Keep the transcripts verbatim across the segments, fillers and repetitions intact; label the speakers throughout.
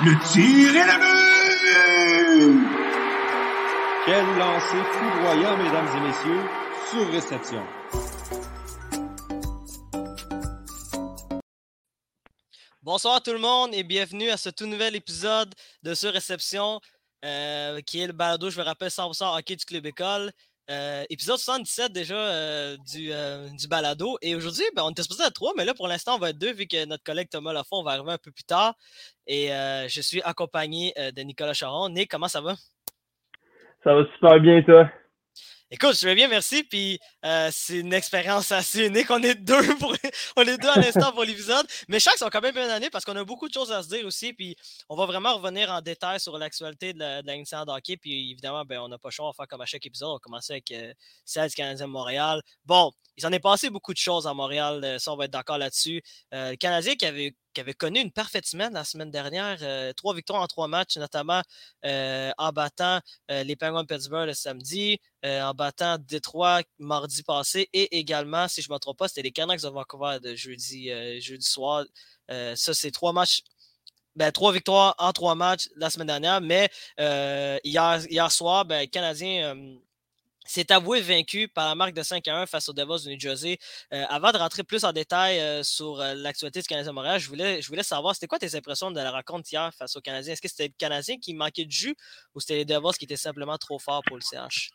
Speaker 1: Le tir est le but!
Speaker 2: Quel lancer foudroyant, mesdames et messieurs, sur réception.
Speaker 3: Bonsoir tout le monde et bienvenue à ce tout nouvel épisode de Sur Réception, euh, qui est le balado, je me rappelle, cent pour cent hockey du Club École. Euh, épisode soixante-dix-sept déjà euh, du, euh, du balado. Et aujourd'hui, ben, on était supposé être trois, mais là pour l'instant on va être deux vu que notre collègue Thomas Lafont va arriver un peu plus tard. Et euh, je suis accompagné euh, de Nicolas Charon. Nick, comment ça va?
Speaker 4: Ça va super bien, toi?
Speaker 3: Écoute, je vais bien, merci. Puis euh, c'est une expérience assez unique. On est deux pour on est deux à l'instant pour l'épisode. Mais chaque sont quand même bien années parce qu'on a beaucoup de choses à se dire aussi. Puis on va vraiment revenir en détail sur l'actualité de la, de la Ligue nationale de hockey. Puis évidemment, ben, on n'a pas le choix, on va faire comme à chaque épisode. On va commencer avec euh, celle du Canadien de Montréal. Bon, il s'en est passé beaucoup de choses à Montréal. Euh, ça, on va être d'accord là-dessus. Euh, le Canadien qui avait qui avait connu une parfaite semaine la semaine dernière. Euh, trois victoires en trois matchs, notamment euh, en battant euh, les Penguins de Pittsburgh le samedi, euh, en battant Détroit mardi passé et également, si je ne me trompe pas, c'était les Canucks de Vancouver de jeudi, euh, jeudi soir. Euh, ça, c'est trois matchs. Ben, trois victoires en trois matchs la semaine dernière, mais euh, hier, hier soir, ben, le Canadien euh, s'est avoué vaincu par la marque de cinq à un face aux Devils du New Jersey. Euh, avant de rentrer plus en détail euh, sur euh, l'actualité du Canadien de Montréal, je voulais, je voulais savoir, c'était quoi tes impressions de la rencontre hier face aux Canadiens? Est-ce que c'était le Canadien qui manquait de jus ou c'était les Devils qui étaient simplement trop forts pour le C H?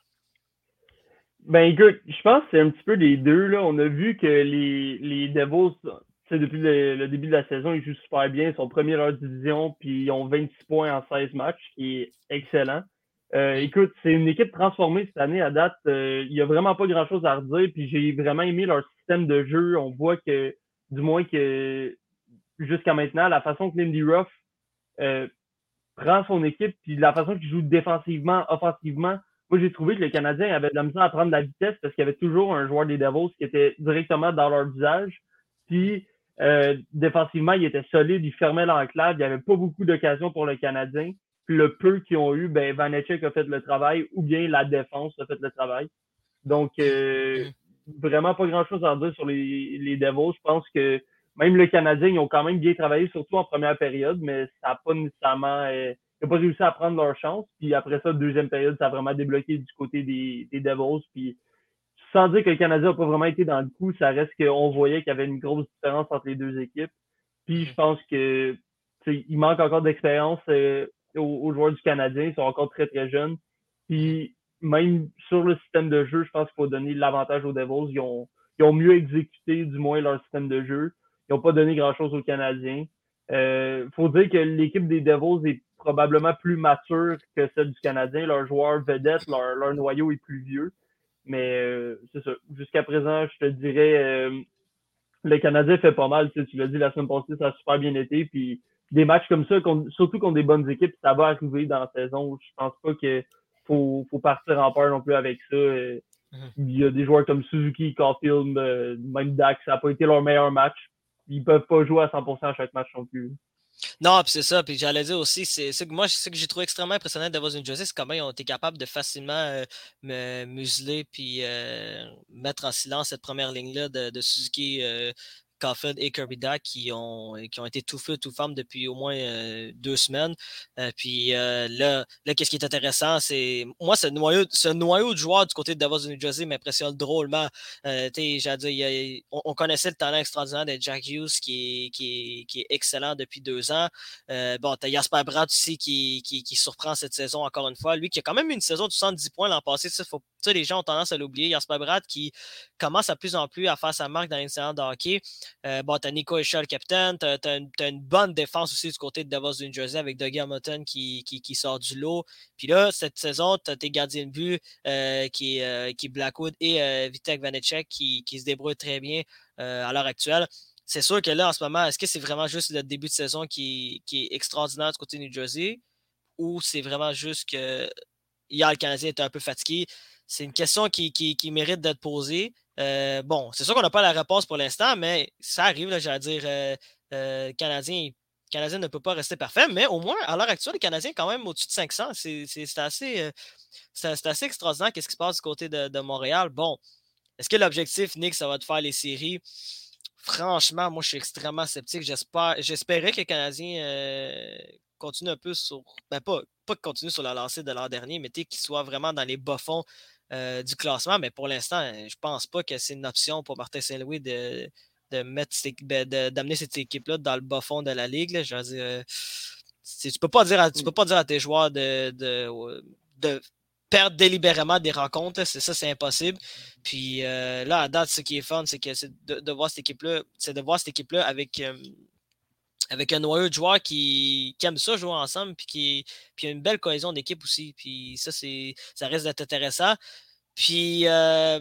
Speaker 4: Ben écoute, je pense que c'est un petit peu des deux, là. On a vu que les, les Devils, depuis le, le début de la saison, ils jouent super bien. Ils sont premiers de leur division, puis ils ont vingt-six points en seize matchs, ce qui est excellent. Euh, écoute, c'est une équipe transformée cette année à date. Euh, il n'y a vraiment pas grand-chose à redire, puis j'ai vraiment aimé leur système de jeu. On voit que, du moins que jusqu'à maintenant, la façon que Lindy Ruff euh, prend son équipe, puis la façon qu'il joue défensivement, offensivement, moi, j'ai trouvé que le Canadien avait de la misère à prendre de la vitesse parce qu'il y avait toujours un joueur des Devils qui était directement dans leur visage. Puis, euh, défensivement, il était solide, il fermait l'enclave, il n'y avait pas beaucoup d'occasions pour le Canadien. Puis, le peu qu'ils ont eu, ben, Vanecek a fait le travail ou bien la défense a fait le travail. Donc, euh, vraiment pas grand-chose à dire sur les, les Devils. Je pense que même le Canadien, ils ont quand même bien travaillé, surtout en première période, mais ça n'a pas nécessairement... Euh, ils n'ont pas réussi à prendre leur chance. Puis après ça, deuxième période, ça a vraiment débloqué du côté des, des Devils. Puis sans dire que le Canadien n'a pas vraiment été dans le coup, ça reste qu'on voyait qu'il y avait une grosse différence entre les deux équipes. Puis je pense que il manque encore d'expérience euh, aux, aux joueurs du Canadien. Ils sont encore très, très jeunes. Puis même sur le système de jeu, je pense qu'il faut donner l'avantage aux Devils. Ils ont, ils ont mieux exécuté, du moins, leur système de jeu. Ils n'ont pas donné grand-chose aux Canadiens. Il euh, faut dire que l'équipe des Devils est probablement plus mature que celle du Canadien. Leurs joueurs vedettes, leur, leur noyau est plus vieux. Mais euh, c'est ça. Jusqu'à présent, je te dirais, euh, le Canadien fait pas mal. Tu, sais, tu l'as dit la semaine passée, ça a super bien été. Puis des matchs comme ça, contre, surtout contre des bonnes équipes, ça va arriver dans la saison. Je pense pas qu'il faut, faut partir en peur non plus avec ça. Euh, mm-hmm. Il y a des joueurs comme Suzuki, Caulfield, euh, même Dax, ça n'a pas été leur meilleur match. Ils peuvent pas jouer à cent pour cent à chaque match non plus.
Speaker 3: Non, puis c'est ça. Puis j'allais dire aussi, c'est, c'est que moi, ce que j'ai trouvé extrêmement impressionnant de Devils New Jersey, c'est comment ils ont été capables de facilement euh, me museler puis euh, mettre en silence cette première ligne-là de, de Suzuki, euh, Caulfield et Kirby Dach qui ont, qui ont été tout feu, tout femme depuis au moins euh, deux semaines. Euh, puis euh, là, là, qu'est-ce qui est intéressant, c'est moi, ce noyau, ce noyau de joueurs du côté de Devils New Jersey m'impressionne drôlement. Euh, dire, a, on, on connaissait le talent extraordinaire de Jack Hughes qui est, qui est, qui est excellent depuis deux ans. Euh, bon, t'as Jasper Bratt aussi qui, qui, qui surprend cette saison encore une fois. Lui qui a quand même eu une saison de soixante-dix points l'an passé. Ça, faut, ça, les gens ont tendance à l'oublier. Jasper Bratt qui commence à plus en plus à faire sa marque dans l'incident de hockey. Euh, bon, t'as Nico Hischier, le capitaine. T'as, t'as, une, t'as une bonne défense aussi du côté de Devils New Jersey avec Dougie Hamilton qui, qui, qui sort du lot. Puis là, cette saison, t'as tes gardiens de but euh, qui, euh, qui Blackwood et euh, Vitek Vanecek qui, qui se débrouillent très bien euh, à l'heure actuelle. C'est sûr que là, en ce moment, est-ce que c'est vraiment juste le début de saison qui, qui est extraordinaire du côté de New Jersey ou c'est vraiment juste que hier, le Canadien était un peu fatigué? C'est une question qui, qui, qui mérite d'être posée. Euh, bon, c'est sûr qu'on n'a pas la réponse pour l'instant, mais ça arrive, là, j'allais dire, euh, euh, Canadien, le Canadien ne peut pas rester parfait, mais au moins, à l'heure actuelle, le Canadien est quand même au-dessus de cinq cents. C'est, c'est, c'est, assez, euh, c'est, c'est assez extraordinaire qu'est-ce qui se passe du côté de, de Montréal. Bon, est-ce que l'objectif, Nick, ça va de faire les séries? Franchement, moi, je suis extrêmement sceptique. J'espère, j'espérais que le Canadien euh, continue un peu sur. Ben, pas, pas qu'il continue sur la lancée de l'an dernier, mais qu'il soit vraiment dans les bas-fonds euh, du classement. Mais pour l'instant, je pense pas que c'est une option pour Martin Saint-Louis de, de mettre ben, de, d'amener cette équipe-là dans le bas-fond de la ligue. Là. Je veux dire, euh, tu peux pas dire à, tu peux pas dire à tes joueurs de, de, de perdre délibérément des rencontres, c'est ça, c'est impossible. Puis euh, là, à date, ce qui est fun, c'est que c'est de, de voir cette équipe-là, c'est de voir cette équipe-là avec, euh, avec un noyau de joueurs qui, qui aiment ça jouer ensemble, puis qui puis une belle cohésion d'équipe aussi. Puis ça, c'est ça risque d'être intéressant. Puis euh,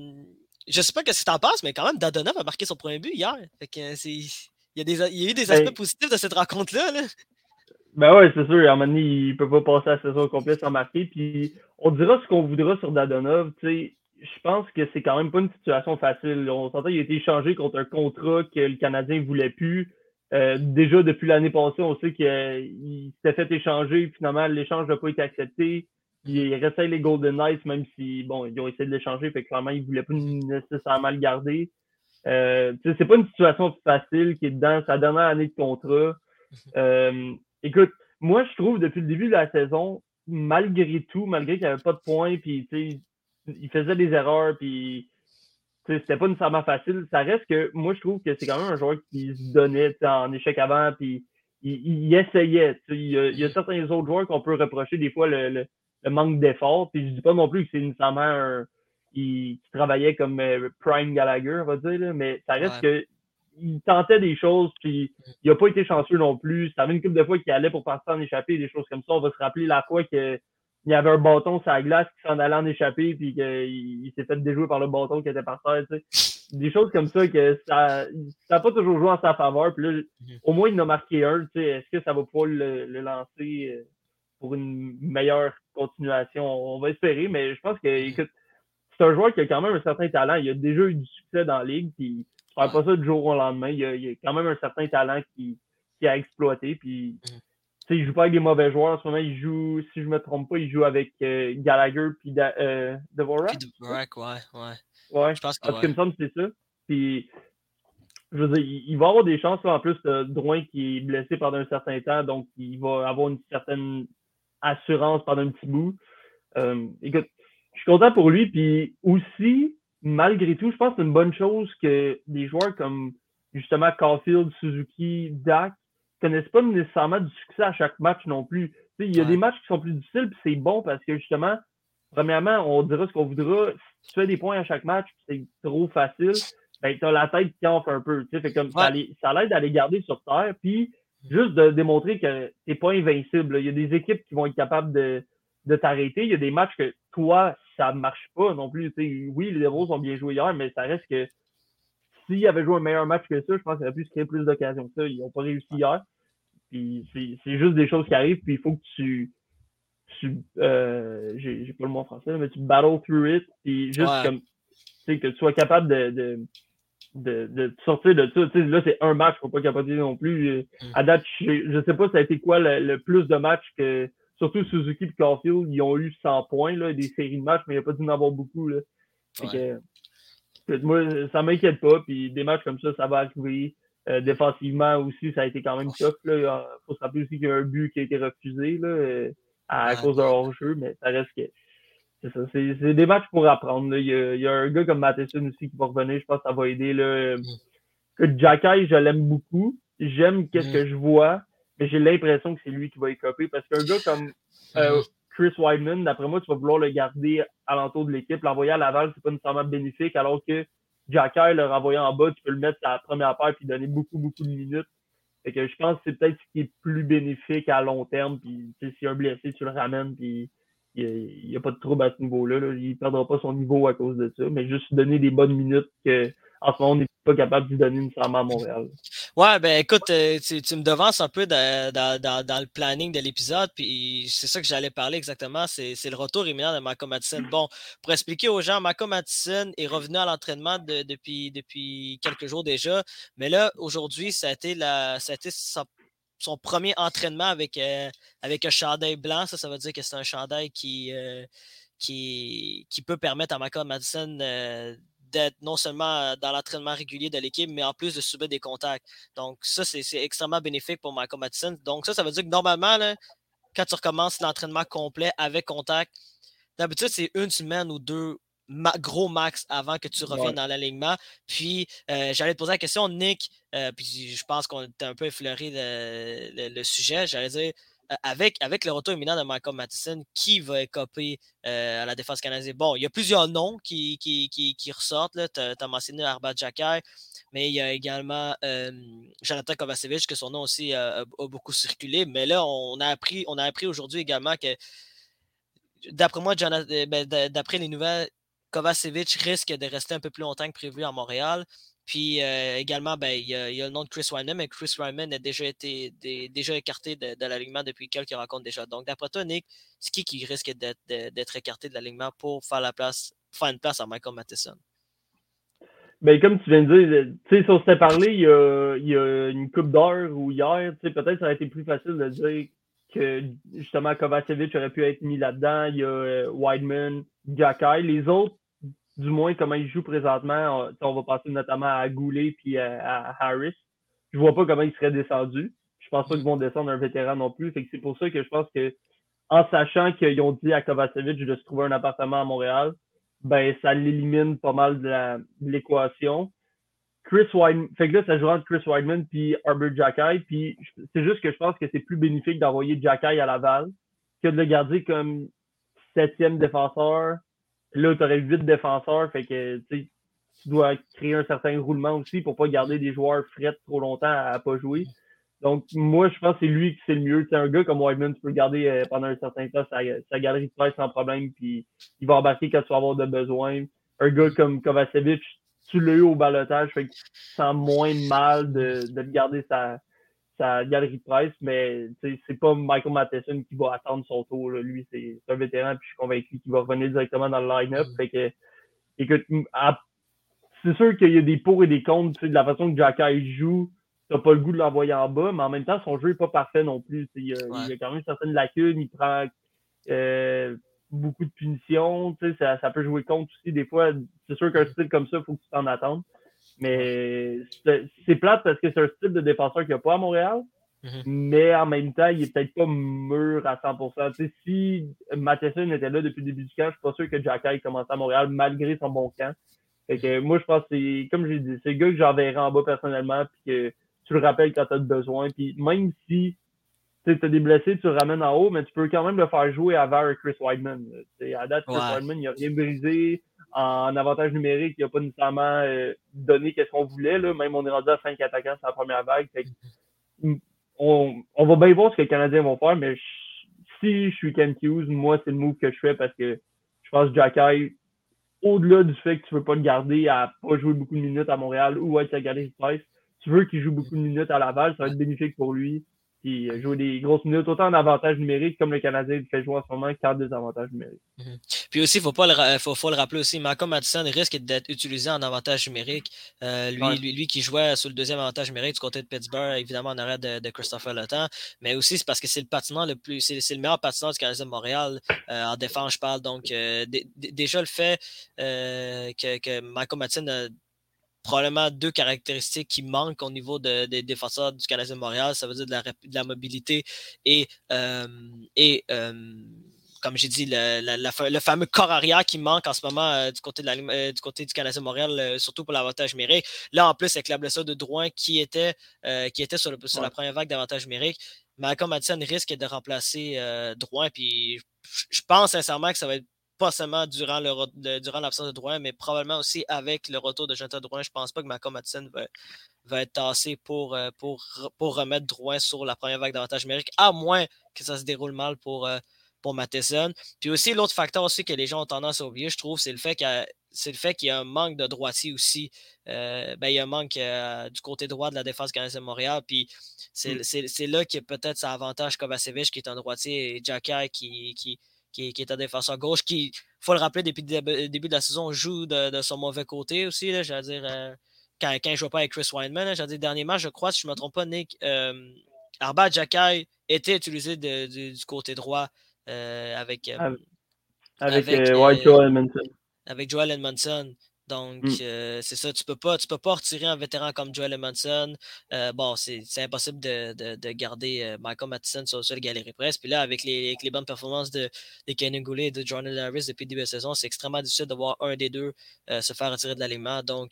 Speaker 3: je sais pas ce que tu en penses, mais quand même, Dadonov a marqué son premier but hier. Fait que c'est. Il y, a des, il y a eu des aspects ben, positifs de cette rencontre-là. Là.
Speaker 4: Ben ouais, c'est sûr. À un moment donné, il peut pas passer la saison complète sans marquer. Puis on dira ce qu'on voudra sur Dadonov. Tu sais, je pense que c'est quand même pas une situation facile. On s'entend qu'il a été échangé contre un contrat que le Canadien voulait plus. Euh, déjà depuis l'année passée, on sait qu'il euh, s'était fait échanger. Finalement, l'échange n'a pas été accepté. Il restait les Golden Knights, même si bon, ils ont essayé de l'échanger, fait que clairement, ils voulaient pas nécessairement le garder. Euh, c'est pas une situation facile qui est dans sa dernière année de contrat. Euh, écoute, moi, je trouve depuis le début de la saison, malgré tout, malgré qu'il n'y avait pas de points, puis il faisait des erreurs, puis c'était pas nécessairement facile. Ça reste que moi, je trouve que c'est quand même un joueur qui se donnait en échec avant, puis il, il essayait. Il y, a, il y a certains autres joueurs qu'on peut reprocher des fois le, le, le manque d'effort. Puis je dis pas non plus que c'est nécessairement un qui, qui travaillait comme euh, Prime Gallagher, on va dire, là, mais ça reste ouais. que il tentait des choses, puis il a pas été chanceux non plus. Ça avait une couple de fois qu'il allait pour partir en échappée, des choses comme ça. On va se rappeler la fois que il y avait un bâton sur la glace qui s'en allait en échapper, puis qu'il il s'est fait déjouer par le bâton qui était par terre, tu sais. Des choses comme ça que ça n'a pas toujours joué en sa faveur. Puis là, mm-hmm. au moins, il en a marqué un, tu sais. Est-ce que ça va pouvoir le, le lancer pour une meilleure continuation? On va espérer, mais je pense que, écoute, c'est un joueur qui a quand même un certain talent. Il a déjà eu du succès dans la ligue, puis tu ne fais pas ça du jour au lendemain. Il a, il a quand même un certain talent qui, qui a exploité, puis... Mm-hmm. Tu sais, il joue pas avec des mauvais joueurs. En ce moment, il joue, si je me trompe pas, il joue avec euh, Gallagher puis da, euh, Dvorak.
Speaker 3: Puis Dvorak, ouais, ouais.
Speaker 4: Ouais,
Speaker 3: je pense que,
Speaker 4: parce
Speaker 3: ouais.
Speaker 4: que me semble que c'est ça. Puis, je veux dire, il, il va avoir des chances. Là, en plus, euh, Drouin qui est blessé pendant un certain temps, donc il va avoir une certaine assurance pendant un petit bout. Euh, écoute, je suis content pour lui. Puis aussi, malgré tout, je pense que c'est une bonne chose que des joueurs comme justement Caulfield, Suzuki, Dak connaissent pas nécessairement du succès à chaque match non plus. T'sais, il y a ouais. des matchs qui sont plus difficiles, puis c'est bon parce que justement, premièrement, on dira ce qu'on voudra. Si tu fais des points à chaque match, c'est trop facile, ben t'as la tête qui enfle un peu. Fait comme ouais. ça, les, ça l'aide à les garder sur terre, puis juste de démontrer que t'es pas invincible. Là. Il y a des équipes qui vont être capables de, de t'arrêter. Il y a des matchs que toi, ça marche pas non plus. T'sais, oui, les Devils ont bien joué hier, mais ça reste que s'ils avaient joué un meilleur match que ça, je pense qu'il aurait pu se créer plus d'occasions que ça. Ils n'ont pas réussi hier. Puis c'est, c'est juste des choses qui arrivent, puis il faut que tu. tu euh, j'ai, j'ai pas le mot en français, mais tu battle through it, puis juste ouais. comme. Tu sais, que tu sois capable de, de, de, de sortir de ça. Tu sais, là, c'est un match, faut pas capoter non plus. Mm. À date, je, je sais pas ça a été quoi le, le plus de matchs que. Surtout Suzuki et Caulfield, ils ont eu cent points, là, des séries de matchs, mais il n'y a pas dû en avoir beaucoup. Là. Ouais. Que, moi, ça m'inquiète pas. Puis des matchs comme ça, ça va arriver. Euh, défensivement aussi, ça a été quand même tough. Il faut se rappeler aussi qu'il y a un but qui a été refusé là, euh, à, à cause d'un hors-jeu, mais ça reste que c'est ça. C'est, c'est des matchs pour apprendre. Là. Il, y a, il y a un gars comme Matheson aussi qui va revenir. Je pense que ça va aider. Là. Mm. Jacky, je l'aime beaucoup. J'aime qu'est-ce mm. que je vois, mais j'ai l'impression que c'est lui qui va écoper. Parce qu'un gars comme euh, Chris Weidman, d'après moi, tu vas vouloir le garder alentour de l'équipe. L'envoyer à Laval, c'est pas nécessairement bénéfique, alors que Jacky, le renvoyer en bas, tu peux le mettre à la première paire puis donner beaucoup, beaucoup de minutes. Fait que je pense que c'est peut-être ce qui est plus bénéfique à long terme. Puis s'il y a un blessé, tu le ramènes, puis il n'y a, a pas de trouble à ce niveau-là. Là. Il ne perdra pas son niveau à cause de ça, mais juste donner des bonnes minutes que en ce moment, on n'est pas capable de donner nécessairement à Montréal.
Speaker 3: Ouais, ben écoute, euh, tu, tu me devances un peu de, de, de, dans le planning de l'épisode, puis c'est ça que j'allais parler exactement, c'est, c'est le retour imminent de Malcolm Matheson. Bon, pour expliquer aux gens, Malcolm Matheson est revenu à l'entraînement de, depuis, depuis quelques jours déjà, mais là, aujourd'hui, ça a été, la, ça a été son, son premier entraînement avec, euh, avec un chandail blanc. Ça, ça veut dire que c'est un chandail qui, euh, qui, qui peut permettre à Malcolm Matheson euh, d'être non seulement dans l'entraînement régulier de l'équipe, mais en plus de subir des contacts. Donc, ça, c'est, c'est extrêmement bénéfique pour Michael Matheson. Donc, ça, ça veut dire que normalement, là, quand tu recommences l'entraînement complet avec contact, d'habitude, c'est une semaine ou deux ma- gros max avant que tu reviennes
Speaker 4: Ouais.
Speaker 3: dans l'alignement. Puis, euh, j'allais te poser la question, Nick, euh, puis je pense qu'on était un peu effleuré le, le, le sujet. J'allais dire, euh, avec, avec le retour imminent de Michael Matheson, qui va écoper euh, à la défense canadienne? Bon, il y a plusieurs noms qui, qui, qui, qui ressortent. Tu as mentionné Arba Xhekaj, mais il y a également euh, Jonathan Kovacevic, que son nom aussi euh, a, a beaucoup circulé. Mais là, on a appris, on a appris aujourd'hui également que d'après moi, Jonathan, ben, d'après les nouvelles, Kovacevic risque de rester un peu plus longtemps que prévu à Montréal. Puis euh, également, ben, il, y a, il y a le nom de Chris Wyman, mais Chris Wyman a déjà été des, déjà écarté de, de l'alignement depuis quelques rencontres déjà. Donc, d'après toi, Nick, c'est qui qui risque d'être, d'être écarté de l'alignement pour faire la place, faire une place à Michael Matheson?
Speaker 4: Ben, comme tu viens de dire, tu sais, si on s'était parlé il y a, il y a une couple d'heures ou hier, tu sais, peut-être ça aurait été plus facile de dire que justement Kovacevic aurait pu être mis là-dedans. Il y a euh, Wideman, Xhekaj. Les autres, du moins, comment ils jouent présentement, on, on va passer notamment à Goulet puis à, à Harris. Je vois pas comment ils seraient descendus. Je pense pas qu'ils vont descendre un vétéran non plus. Fait que c'est pour ça que je pense que, en sachant qu'ils ont dit à Kovacevic de se trouver un appartement à Montréal, ben ça l'élimine pas mal de, la, de l'équation. Chris Wideman, fait que là, ça joue entre Chris Wideman puis Arber Xhekaj, puis c'est juste que je pense que c'est plus bénéfique d'envoyer Xhekaj à Laval que de le garder comme septième défenseur. Là, tu aurais huit défenseurs, fait que tu dois créer un certain roulement aussi pour pas garder des joueurs frais trop longtemps à, à pas jouer. Donc, moi, je pense que c'est lui qui c'est le mieux. C'est un gars comme Wideman, tu peux le garder euh, pendant un certain temps, sa, sa galerie de presse sans problème, puis il va embarquer quand tu vas avoir de besoin. Un gars comme Kovacevic, tu l'as eu au balotage, fait que tu sens moins mal de, de le garder sa, sa galerie de presse, mais c'est pas Michael Matheson qui va attendre son tour. Là. Lui, c'est un vétéran, puis je suis convaincu qu'il va revenir directement dans le line-up. Fait que, écoute, à, c'est sûr qu'il y a des pour et des contre, de la façon que Xhekaj joue. T'as pas le goût de l'envoyer en bas, mais en même temps, son jeu est pas parfait non plus. Il y, a, ouais. il y a quand même certaines lacunes, il prend euh, beaucoup de punitions, ça, ça peut jouer contre aussi des fois. C'est sûr qu'un style comme ça, il faut que tu t'en attendes. Mais c'est, c'est plate parce que c'est un style de défenseur qu'il n'y a pas à Montréal, mm-hmm. mais en même temps, il est peut-être pas mûr à cent pour cent. T'sais, si Matheson était là depuis le début du camp, je suis pas sûr que Xhekaj commençait à Montréal malgré son bon camp. Fait que moi, je pense que c'est, comme j'ai dit, c'est le gars que j'enverrai en bas personnellement, puis que tu le rappelles quand tu as besoin. Puis même si tu as des blessés, tu le ramènes en haut, mais tu peux quand même le faire jouer avant Chris Wideman. T'sais, à date, Chris ouais. Wideman, il n'a rien brisé. En avantage numérique, il n'a pas nécessairement euh, donné ce qu'on voulait. Là. Même on est rendu à cinq attaquants sur la première vague. Fait que, on, on va bien voir ce que les Canadiens vont faire, mais je, si je suis Ken Hughes, moi, c'est le move que je fais parce que je pense que Xhekaj, au-delà du fait que tu veux pas le garder à pas jouer beaucoup de minutes à Montréal ou à être sa galerie de presse, tu veux qu'il joue beaucoup de minutes à Laval, ça va être bénéfique pour lui. Puis jouer des grosses minutes, autant en avantage numérique comme le Canadien le fait jouer en ce moment qu'en désavantage numérique.
Speaker 3: Mm-hmm. Puis aussi, il faut pas le, faut, faut le rappeler aussi, Malcolm Matheson risque d'être utilisé en avantage numérique. Euh, lui, ouais. lui, lui qui jouait sur le deuxième avantage numérique du côté de Pittsburgh, évidemment en arrêt de, de Christopher Letang, mais aussi c'est parce que c'est le patineur le plus, c'est, c'est le meilleur patineur du Canadien de Montréal euh, en défense, je parle. Donc euh, d- d- déjà le fait euh, que, que Malcolm Matheson a probablement deux caractéristiques qui manquent au niveau de, des défenseurs du Canadien de Montréal. Ça veut dire de la, de la mobilité et, euh, et euh, comme j'ai dit, le, la, la, le fameux corps arrière qui manque en ce moment euh, du, côté de la, euh, du côté du Canadien de Montréal, euh, surtout pour l'avantage numérique. Là, en plus, avec la blessure de Drouin qui était, euh, qui était sur, le, sur ouais. la première vague d'avantage numérique, Malcolm Matheson risque de remplacer euh, Drouin. Puis je pense sincèrement que ça va être pas seulement durant, le, de, durant l'absence de Drouin, mais probablement aussi avec le retour de Jonathan Drouin. Je ne pense pas que Malcolm Matheson va, va être tassé pour, pour, pour remettre Drouin sur la première vague d'avantage numérique, à moins que ça se déroule mal pour, pour Matheson. Puis aussi, l'autre facteur aussi que les gens ont tendance à oublier, je trouve, c'est le fait qu'il y a, c'est le fait qu'il y a un manque de droitier aussi. Euh, ben, il y a un manque euh, du côté droit de la défense canadienne de Montréal. Puis c'est, mm. c'est, c'est là qu'il y a peut-être ça avantage Kovacevic qui est un droitier et Xhekaj qui, qui Qui, qui est un défenseur gauche, qui, il faut le rappeler, depuis le début de la saison, joue de, de son mauvais côté aussi. Là, j'allais dire, euh, quand, quand il ne joue pas avec Chris Wideman, là, j'allais dire, dernièrement, je crois, si je ne me trompe pas, Nick, euh, Arba Xhekaj était utilisé de, de, du côté droit euh, avec, euh,
Speaker 4: avec,
Speaker 3: avec,
Speaker 4: euh, ouais,
Speaker 3: euh,
Speaker 4: Joel Edmondson.
Speaker 3: avec Joel Edmondson. Donc,
Speaker 4: Mm.
Speaker 3: euh, c'est ça, tu peux pas, tu peux pas retirer un vétéran comme Joel Edmondson. Euh, bon, c'est c'est impossible de, de, de garder euh, Michael Matheson sur, sur le galerie presse. Puis là, avec les, avec les bonnes performances de, de Kenny Goulet et de Jordan Harris depuis le début de la saison, c'est extrêmement difficile de voir un des deux euh, se faire retirer de l'alignement. Donc,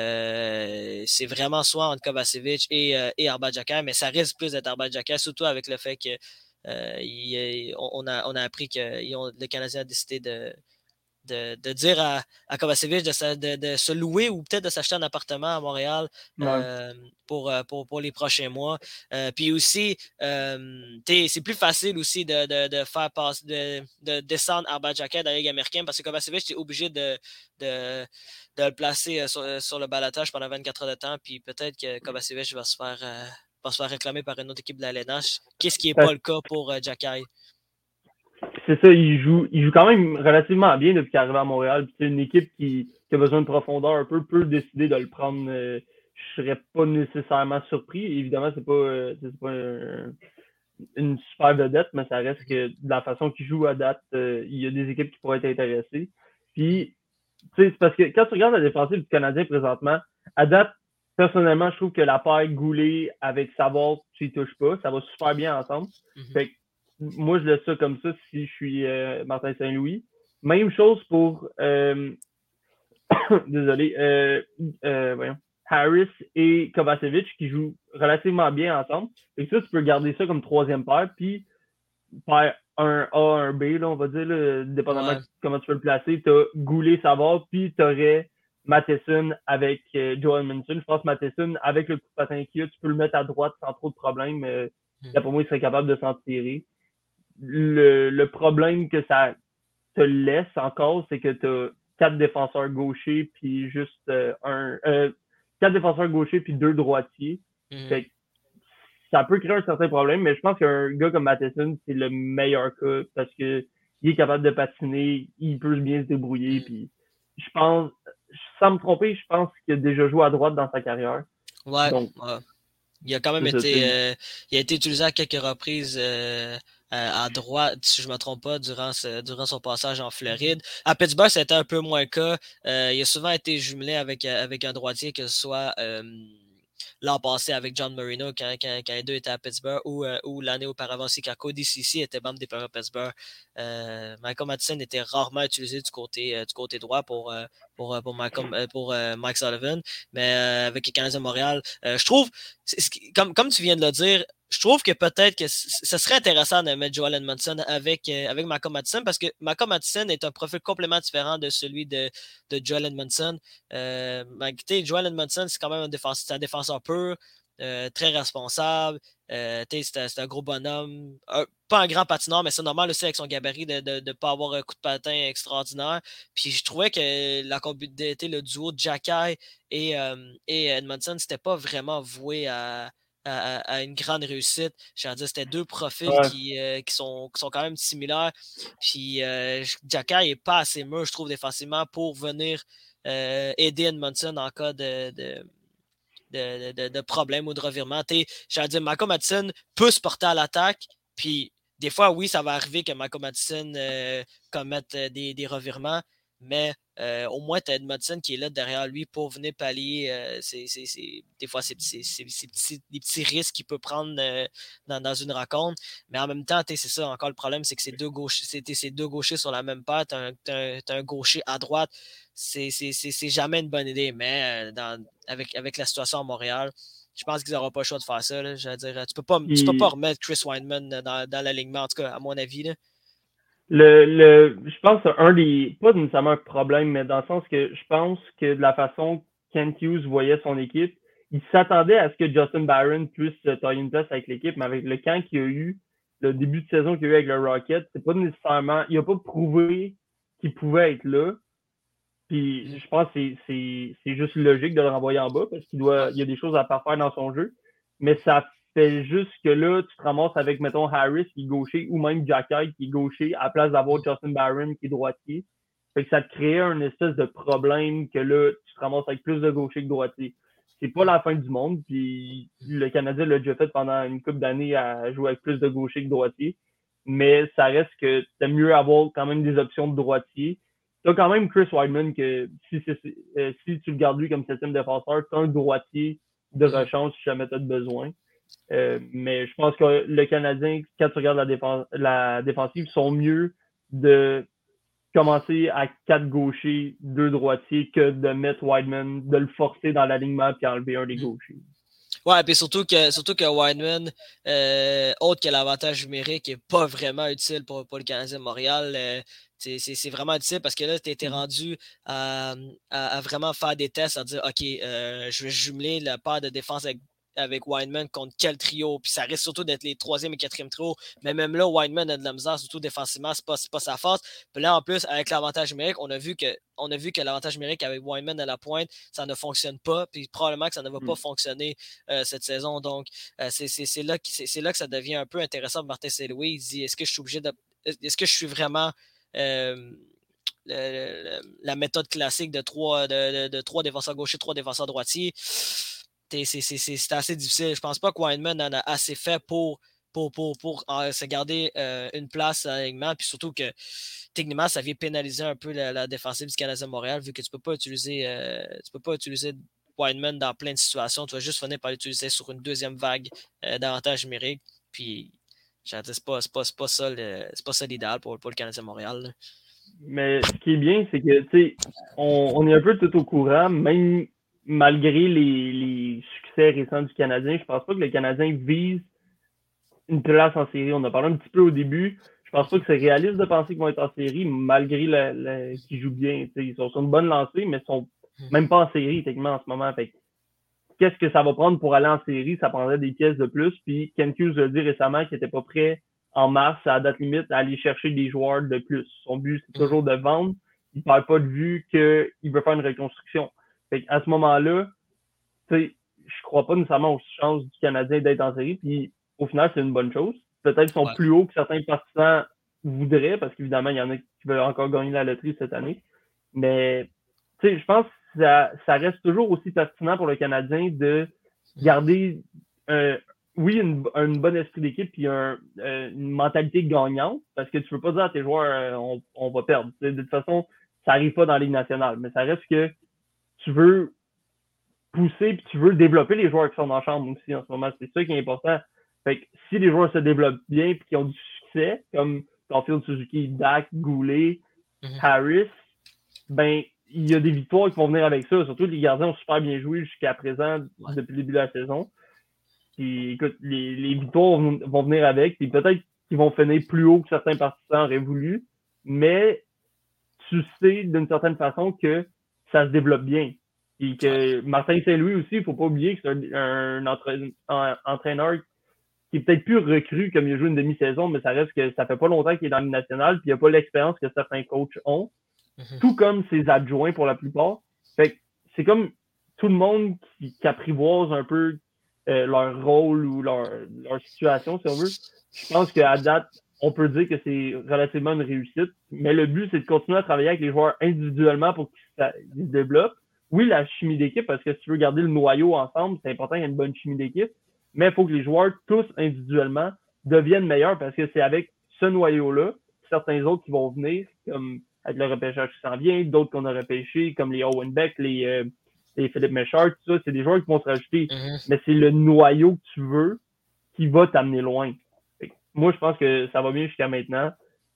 Speaker 3: euh, c'est vraiment soit entre Kovacevic et, euh, et Arba Xhekaj, mais ça risque plus d'être Arba Xhekaj, surtout avec le fait que euh, il, on, a, on a appris que le Canadien a décidé de De, de dire à, à Kovacevic de, de, de se louer ou peut-être de s'acheter un appartement à Montréal euh, ouais. pour, pour, pour les prochains mois. Euh, puis aussi, euh, c'est plus facile aussi de, de, de faire passer, de, de descendre Arba Xhekaj dans la Ligue américaine parce que Kovacevic est obligé de, de, de le placer sur, sur le balotage pendant vingt-quatre heures de temps. Puis peut-être que Kovacevic va se faire, euh, va se faire réclamer par une autre équipe de la L N H. Qu'est-ce qui n'est pas le cas pour euh, Xhekaj?
Speaker 4: C'est ça, il joue, il joue quand même relativement bien depuis qu'il est arrivé à Montréal. C'est une équipe qui, qui a besoin de profondeur un peu, peut décider de le prendre. Euh, je serais pas nécessairement surpris. Évidemment, c'est pas, euh, c'est pas euh, une super vedette, mais ça reste que de la façon qu'il joue à date, euh, il y a des équipes qui pourraient être intéressées. Puis, tu sais, c'est parce que quand tu regardes la défensive du Canadien présentement, à date, personnellement, je trouve que la paire Goulet avec Savard, tu y touches pas. Ça va super bien ensemble. Mm-hmm. Fait que, moi, je laisse ça comme ça si je suis euh, Martin Saint-Louis. Même chose pour, euh... désolé, euh, euh, voyons, Harris et Kovacevic qui jouent relativement bien ensemble. Et ça, tu peux garder ça comme troisième paire, puis paire un A, un B, là, on va dire, là, dépendamment ouais. de comment tu peux le placer. Tu as Goulet, Savard, puis tu aurais Matheson avec euh, Joel Edmondson. Je pense que Matheson, avec le coup de patin qu'il a, tu peux le mettre à droite sans trop de problème. Euh, mm. Là, pour moi, il serait capable de s'en tirer. Le, le problème que ça te laisse encore, c'est que tu as quatre défenseurs gauchers puis juste euh, un euh, quatre défenseurs gauchers puis deux droitiers. Mm-hmm. Fait que ça peut créer un certain problème, mais je pense qu'un gars comme Matheson, c'est le meilleur cas parce que il est capable de patiner, il peut bien se débrouiller. Mm-hmm. Puis je pense, sans me tromper, je pense qu'il a déjà joué à droite dans sa carrière.
Speaker 3: Ouais. Donc, ouais. Il a quand même été, euh, il a été utilisé à quelques reprises euh, à droite, si je ne me trompe pas, durant, ce, durant son passage en Floride. À Pittsburgh, c'était un peu moins le cas. Euh, il a souvent été jumelé avec, avec un droitier, que ce soit euh, l'an passé avec John Marino quand, quand, quand les deux étaient à Pittsburgh ou, euh, ou l'année auparavant aussi quand Cody Ceci était membre des Pirates à Pittsburgh. Euh, Michael Matheson était rarement utilisé du côté, euh, du côté droit pour, euh, pour, pour, Michael, pour euh, Mike Sullivan, mais euh, avec les Canadiens de Montréal, euh, je trouve, comme, comme tu viens de le dire, je trouve que peut-être que ce serait intéressant de mettre Joel Edmondson avec, euh, avec Michael Matheson parce que Michael Matheson est un profil complètement différent de celui de, de Joel Edmondson. Euh, Joel Edmondson, c'est quand même un défenseur, un défenseur pur, euh, très responsable. Euh, c'est, c'est un gros bonhomme. Un, pas un grand patineur, mais c'est normal aussi avec son gabarit de ne de, de pas avoir un coup de patin extraordinaire. Puis je trouvais que la le duo de Xhekaj et, euh, et Edmondson, c'était pas vraiment voué à. À, à une grande réussite. Je veux dire, c'était deux profils ouais. qui, euh, qui, sont, qui sont quand même similaires. Puis euh, Xhekaj n'est pas assez mûr, je trouve, défensivement pour venir euh, aider Edmondson en cas de, de, de, de, de problème ou de revirement. Je veux dire, Michael Matheson peut se porter à l'attaque, puis des fois, oui, ça va arriver que Michael Matheson euh, commette des, des revirements, mais euh, au moins, tu as Edmondson qui est là derrière lui pour venir pallier euh, c'est, c'est, c'est, des fois ces petits, ces, ces petits, des petits risques qu'il peut prendre euh, dans, dans une rencontre. Mais en même temps, c'est ça, encore le problème, c'est que c'est deux gauchers, c'est, c'est deux gauchers sur la même paire, tu as un, t'as un, t'as un gaucher à droite, c'est, c'est, c'est, c'est jamais une bonne idée. Mais euh, dans, avec, avec la situation à Montréal, je pense qu'ils n'auront pas le choix de faire ça. Là. Je veux dire, tu ne peux, Il... peux pas remettre Chris Wideman dans, dans l'alignement, en tout cas, à mon avis. Là.
Speaker 4: Le, le, je pense que un des, pas nécessairement un problème, mais dans le sens que je pense que de la façon Kent Hughes voyait son équipe, il s'attendait à ce que Justin Barron puisse tailler une place avec l'équipe, mais avec le camp qu'il y a eu, le début de saison qu'il y a eu avec le Rocket, c'est pas nécessairement, il n'a pas prouvé qu'il pouvait être là. Puis je pense que c'est, c'est, c'est juste logique de le renvoyer en bas parce qu'il doit, il y a des choses à parfaire dans son jeu, mais ça fait juste que là, tu te ramasses avec, mettons, Harris qui est gaucher ou même Xhekaj qui est gaucher à la place d'avoir Justin Barron qui est droitier. Fait que ça te crée un espèce de problème que là, tu te ramasses avec plus de gaucher que de droitier. C'est pas la fin du monde, puis le Canadien l'a déjà fait pendant une couple d'années à jouer avec plus de gaucher que de droitier. Mais ça reste que c'est mieux avoir quand même des options de droitier. t'as quand même Chris Weidman que si, c'est, euh, si tu le gardes lui comme septième défenseur, t'as un droitier de rechange si jamais t'as de besoin. Euh, mais je pense que le Canadien, quand tu regardes la, défense, la défensive, sont mieux de commencer à quatre gauchers, deux droitiers, que de mettre Weidman, de le forcer dans l'alignement puis enlever un des gauchers.
Speaker 3: Ouais, puis surtout que, surtout que Weidman, euh, autre que l'avantage numérique, n'est pas vraiment utile pour, pour le Canadien de Montréal. Euh, c'est, c'est, c'est vraiment utile parce que là, tu étais rendu à, à, à vraiment faire des tests, à dire OK, euh, je vais jumeler la paire de défense avec avec Weidman contre quel trio, puis ça risque surtout d'être les troisième et quatrième trio, mais même là, Weidman a de la misère, surtout défensivement, c'est pas, c'est pas sa force. Puis là, en plus, avec l'avantage numérique, on a vu que, on a vu que l'avantage numérique avec Weidman à la pointe, ça ne fonctionne pas, puis probablement que ça ne va pas mm. fonctionner euh, cette saison. Donc, euh, c'est, c'est, c'est, là c'est, c'est là que ça devient un peu intéressant pour Martin Saint-Louis. Il dit, est-ce que je suis obligé de... Est-ce que je suis vraiment... Euh, Le, le, la méthode classique de trois, de, de, de trois défenseurs gauchers, trois défenseurs droitiers, c'est, c'est, c'est, c'est assez difficile. Je pense pas que Weidman en a assez fait pour, pour, pour, pour euh, se garder euh, une place à l'alignement. Puis surtout que techniquement, ça vient pénaliser un peu la, la défensive du Canadien de Montréal, vu que tu peux pas utiliser euh, tu peux pas utiliser Weidman dans plein de situations. Tu vas juste finir par l'utiliser sur une deuxième vague euh, d'avantage numérique. Puis c'est pas, c'est pas, c'est pas ça le, c'est pas ça l'idéal pour, pour le Canadien de Montréal. Là.
Speaker 4: Mais ce qui est bien, c'est que, tu sais, on, on est un peu tout au courant, même malgré les, les succès récents du Canadien, je pense pas que le Canadien vise une place en série. On a parlé un petit peu au début. Je pense pas que c'est réaliste de penser qu'ils vont être en série, malgré la, la, qu'ils jouent bien. T'sais, ils sont sur une bonne lancée, mais ils sont même pas en série, techniquement, en ce moment. Fait qu'est-ce que ça va prendre pour aller en série? Ça prendrait des pièces de plus. Puis Ken Hughes a dit récemment qu'il était pas prêt en mars, à la date limite, à aller chercher des joueurs de plus. Son but, c'est toujours de vendre. Il ne perd pas de vue qu'il veut faire une reconstruction. Fait à ce moment-là, je crois pas nécessairement aux chances du Canadien d'être en série. Puis au final, c'est une bonne chose. Peut-être qu'ils sont ouais. plus hauts que certains partisans voudraient, parce qu'évidemment, il y en a qui veulent encore gagner la loterie cette année. Mais je pense que ça, ça reste toujours aussi pertinent pour le Canadien de garder euh, oui, une, un bon esprit d'équipe puis un, euh, une mentalité gagnante, parce que tu peux pas dire à tes joueurs euh, on, on va perdre. De toute façon, ça arrive pas dans la Ligue nationale, mais ça reste que tu veux pousser puis tu veux développer les joueurs qui sont dans la chambre aussi en ce moment. C'est ça qui est important. Fait que si les joueurs se développent bien puis qu'ils ont du succès, comme Caulfield, Suzuki, Dak, Goulet, mm-hmm. Harris, ben il y a des victoires qui vont venir avec ça. Surtout les gardiens ont super bien joué jusqu'à présent ouais. depuis le début de la saison. Puis, écoute, les, les victoires vont, vont venir avec. Puis peut-être qu'ils vont finir plus haut que certains partisans auraient voulu. Mais tu sais d'une certaine façon que ça se développe bien. Et que Martin Saint-Louis aussi, il ne faut pas oublier que c'est un, un, entraîneur, un entraîneur qui est peut-être plus recru comme il a joué une demi-saison, mais ça reste que ça fait pas longtemps qu'il est dans le national, puis il n'a pas l'expérience que certains coachs ont. Mm-hmm. Tout comme ses adjoints pour la plupart. Fait que c'est comme tout le monde qui, qui apprivoise un peu Euh, leur rôle ou leur, leur situation, si on veut. Je pense qu'à date, on peut dire que c'est relativement une réussite, mais le but, c'est de continuer à travailler avec les joueurs individuellement pour qu'ils se développent. Oui, la chimie d'équipe, parce que si tu veux garder le noyau ensemble, c'est important qu'il y ait une bonne chimie d'équipe, mais il faut que les joueurs, tous individuellement, deviennent meilleurs, parce que c'est avec ce noyau-là, certains autres qui vont venir, comme avec le repêchage qui s'en vient, d'autres qu'on a repêchés, comme les Owen Beck, les... Euh, et Philippe Méchard, tout ça, c'est des joueurs qui vont se rajouter. Mm-hmm. Mais c'est le noyau que tu veux qui va t'amener loin. Fait que moi, je pense que ça va bien jusqu'à maintenant.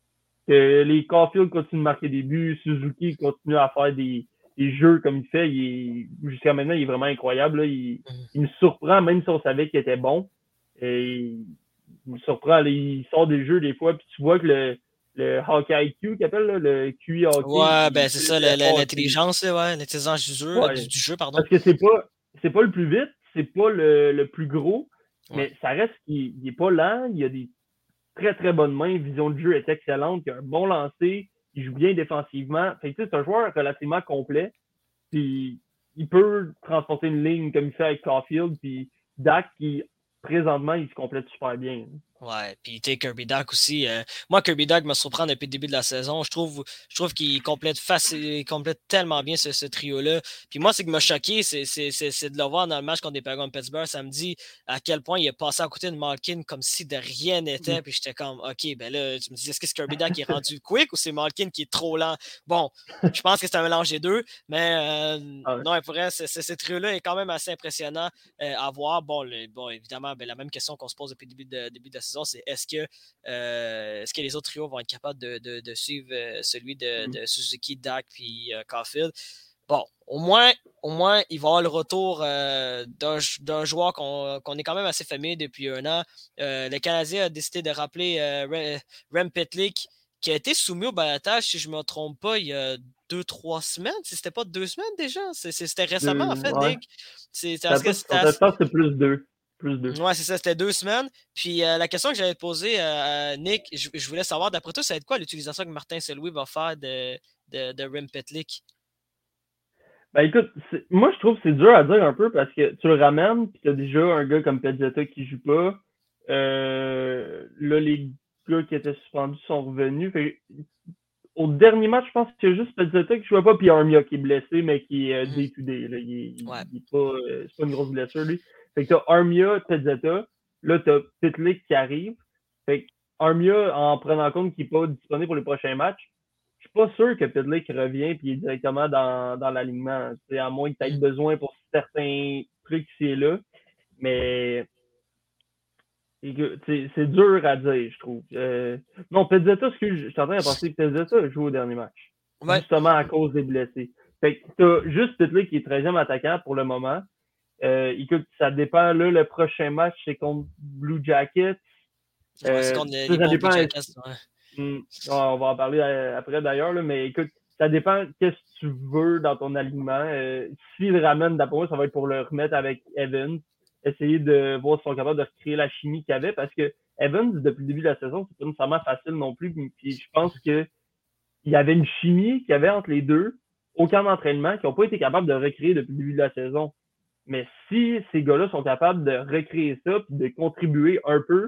Speaker 4: Que les Caulfield continuent de marquer des buts, Suzuki continue à faire des, des jeux comme il fait. Il est, jusqu'à maintenant, il est vraiment incroyable. Là. Il, mm-hmm. il me surprend, même si on savait qu'il était bon. Et il, il me surprend. Là, il sort des jeux des fois, puis tu vois que le le hockey I Q qu'il appelle, là, le Q I hockey.
Speaker 3: Ouais, ben c'est ça, le, le, l'intelligence, ouais, l'intelligence du jeu, ouais. du, du jeu, pardon.
Speaker 4: Parce que c'est pas, c'est pas le plus vite, c'est pas le, le plus gros, ouais. mais ça reste qu'il il est pas lent, il a des très très bonnes mains, vision de jeu est excellente, il a un bon lancer, il joue bien défensivement. Fait que c'est un joueur relativement complet, puis il peut transporter une ligne comme il fait avec Caulfield, puis Dak qui présentement il se complète super bien.
Speaker 3: Ouais, puis tu sais, Kirby Dach aussi. Euh, moi, Kirby Dach me surprend depuis le début de la saison. Je trouve, je trouve qu'il complète, facile, il complète tellement bien ce, ce trio-là. Puis moi, ce qui m'a choqué, c'est, c'est, c'est, c'est de le voir dans le match contre les Penguins de Pittsburgh samedi, à quel point il est passé à côté de Malkin comme si de rien n'était.
Speaker 4: Mm.
Speaker 3: Puis j'étais comme, OK, ben là, tu me dis, est-ce que c'est Kirby Dach qui est rendu quick ou c'est Malkin qui est trop lent? Bon, je pense que c'est un mélange des deux, mais euh,
Speaker 4: Ah ouais.
Speaker 3: non, pour vrai, ce, ce, ce trio-là est quand même assez impressionnant euh, à voir. Bon, le, bon évidemment, ben, la même question qu'on se pose depuis le début de, début de la saison, c'est est-ce que, euh, est-ce que les autres trios vont être capables de, de, de suivre euh, celui de, de Suzuki, Dak puis euh, Caulfield? Bon, au moins, au moins, il va y avoir le retour euh, d'un, d'un joueur qu'on, qu'on est quand même assez familier depuis un an. Euh, le Canadien a décidé de rappeler euh, Rem Pitlick, qui a été soumis au balotage, si je ne me trompe pas, il y a deux, trois semaines. Si c'était pas deux semaines déjà. C'est, c'est, c'était récemment,
Speaker 4: Deux,
Speaker 3: en fait,
Speaker 4: ouais.
Speaker 3: Nick. C'est, c'est,
Speaker 4: Ça
Speaker 3: parce que
Speaker 4: pas,
Speaker 3: c'était
Speaker 4: je pense que c'est plus deux. Plus deux.
Speaker 3: Ouais, c'est ça, c'était deux semaines. Puis euh, la question que j'allais te poser, euh, Nick, je, je voulais savoir, d'après toi, ça va être quoi l'utilisation que Martin Saint-Louis va faire de, de, de Rem Pitlick?
Speaker 4: Ben écoute, c'est- moi je trouve que c'est dur à dire un peu parce que tu le ramènes, puis t'as déjà un gars comme Pezzetta qui joue pas. Euh, là, les gars qui étaient suspendus sont revenus. Fait, au dernier match, je pense qu'il y a juste Pezzetta qui jouait pas, puis Armia qui est blessé, mais qui est euh,
Speaker 3: Mhm.
Speaker 4: day-to-day. Là. Il, est,
Speaker 3: Ouais.
Speaker 4: il est pas, euh, c'est pas une grosse blessure, lui. Fait que t'as Armia, Pezzetta. Là, t'as Pitlick qui arrive. Fait que Armia, en prenant compte qu'il n'est pas disponible pour les prochains matchs, je suis pas sûr que Pitlick revient et est directement dans, dans l'alignement. C'est à moins que tu aies
Speaker 3: Mhm.
Speaker 4: besoin pour certains trucs ici et là. Mais c'est, c'est dur à dire, je trouve. Euh, non, Pezzetta, ce que je suis en train de penser que Pezzetta joue au dernier match.
Speaker 3: Ouais.
Speaker 4: Justement à cause des blessés. Fait que t'as juste Pitlick qui est treizième attaquant pour le moment. Euh, écoute, ça dépend. Là, le prochain match, c'est contre Blue Jackets.
Speaker 3: Ouais,
Speaker 4: Euh,
Speaker 3: c'est contre les,
Speaker 4: ça,
Speaker 3: les
Speaker 4: ça
Speaker 3: bons
Speaker 4: dépend.
Speaker 3: Blue Jackets. Ouais.
Speaker 4: Hmm, on va en parler après d'ailleurs, là, mais écoute, ça dépend qu'est-ce que tu veux dans ton alignement. Euh, S'il le ramène, d'après moi, ça va être pour le remettre avec Evans. Essayer de voir s'ils sont capables de recréer la chimie qu'il y avait parce que Evans, depuis le début de la saison, c'est pas nécessairement facile non plus. Puis je pense que il y avait une chimie qu'il y avait entre les deux au camp d'entraînement qui n'ont pas été capables de recréer depuis le début de la saison. Mais si ces gars-là sont capables de recréer ça puis de contribuer un peu,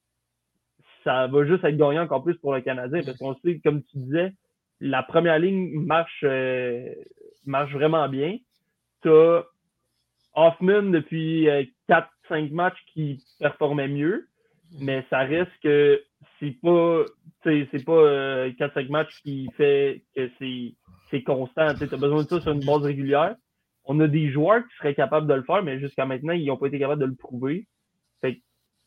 Speaker 4: ça va juste être gagnant encore plus pour le Canadien parce qu'on sait, comme tu disais, la première ligne marche, euh, marche vraiment bien. Tu as Hoffman depuis euh, quatre cinq matchs qui performait mieux, mais ça reste que c'est pas c'est pas euh, quatre cinq matchs qui fait que c'est, c'est constant. Tu as besoin de ça sur une base régulière. On a des joueurs qui seraient capables de le faire, mais jusqu'à maintenant, ils n'ont pas été capables de le prouver. Fait que,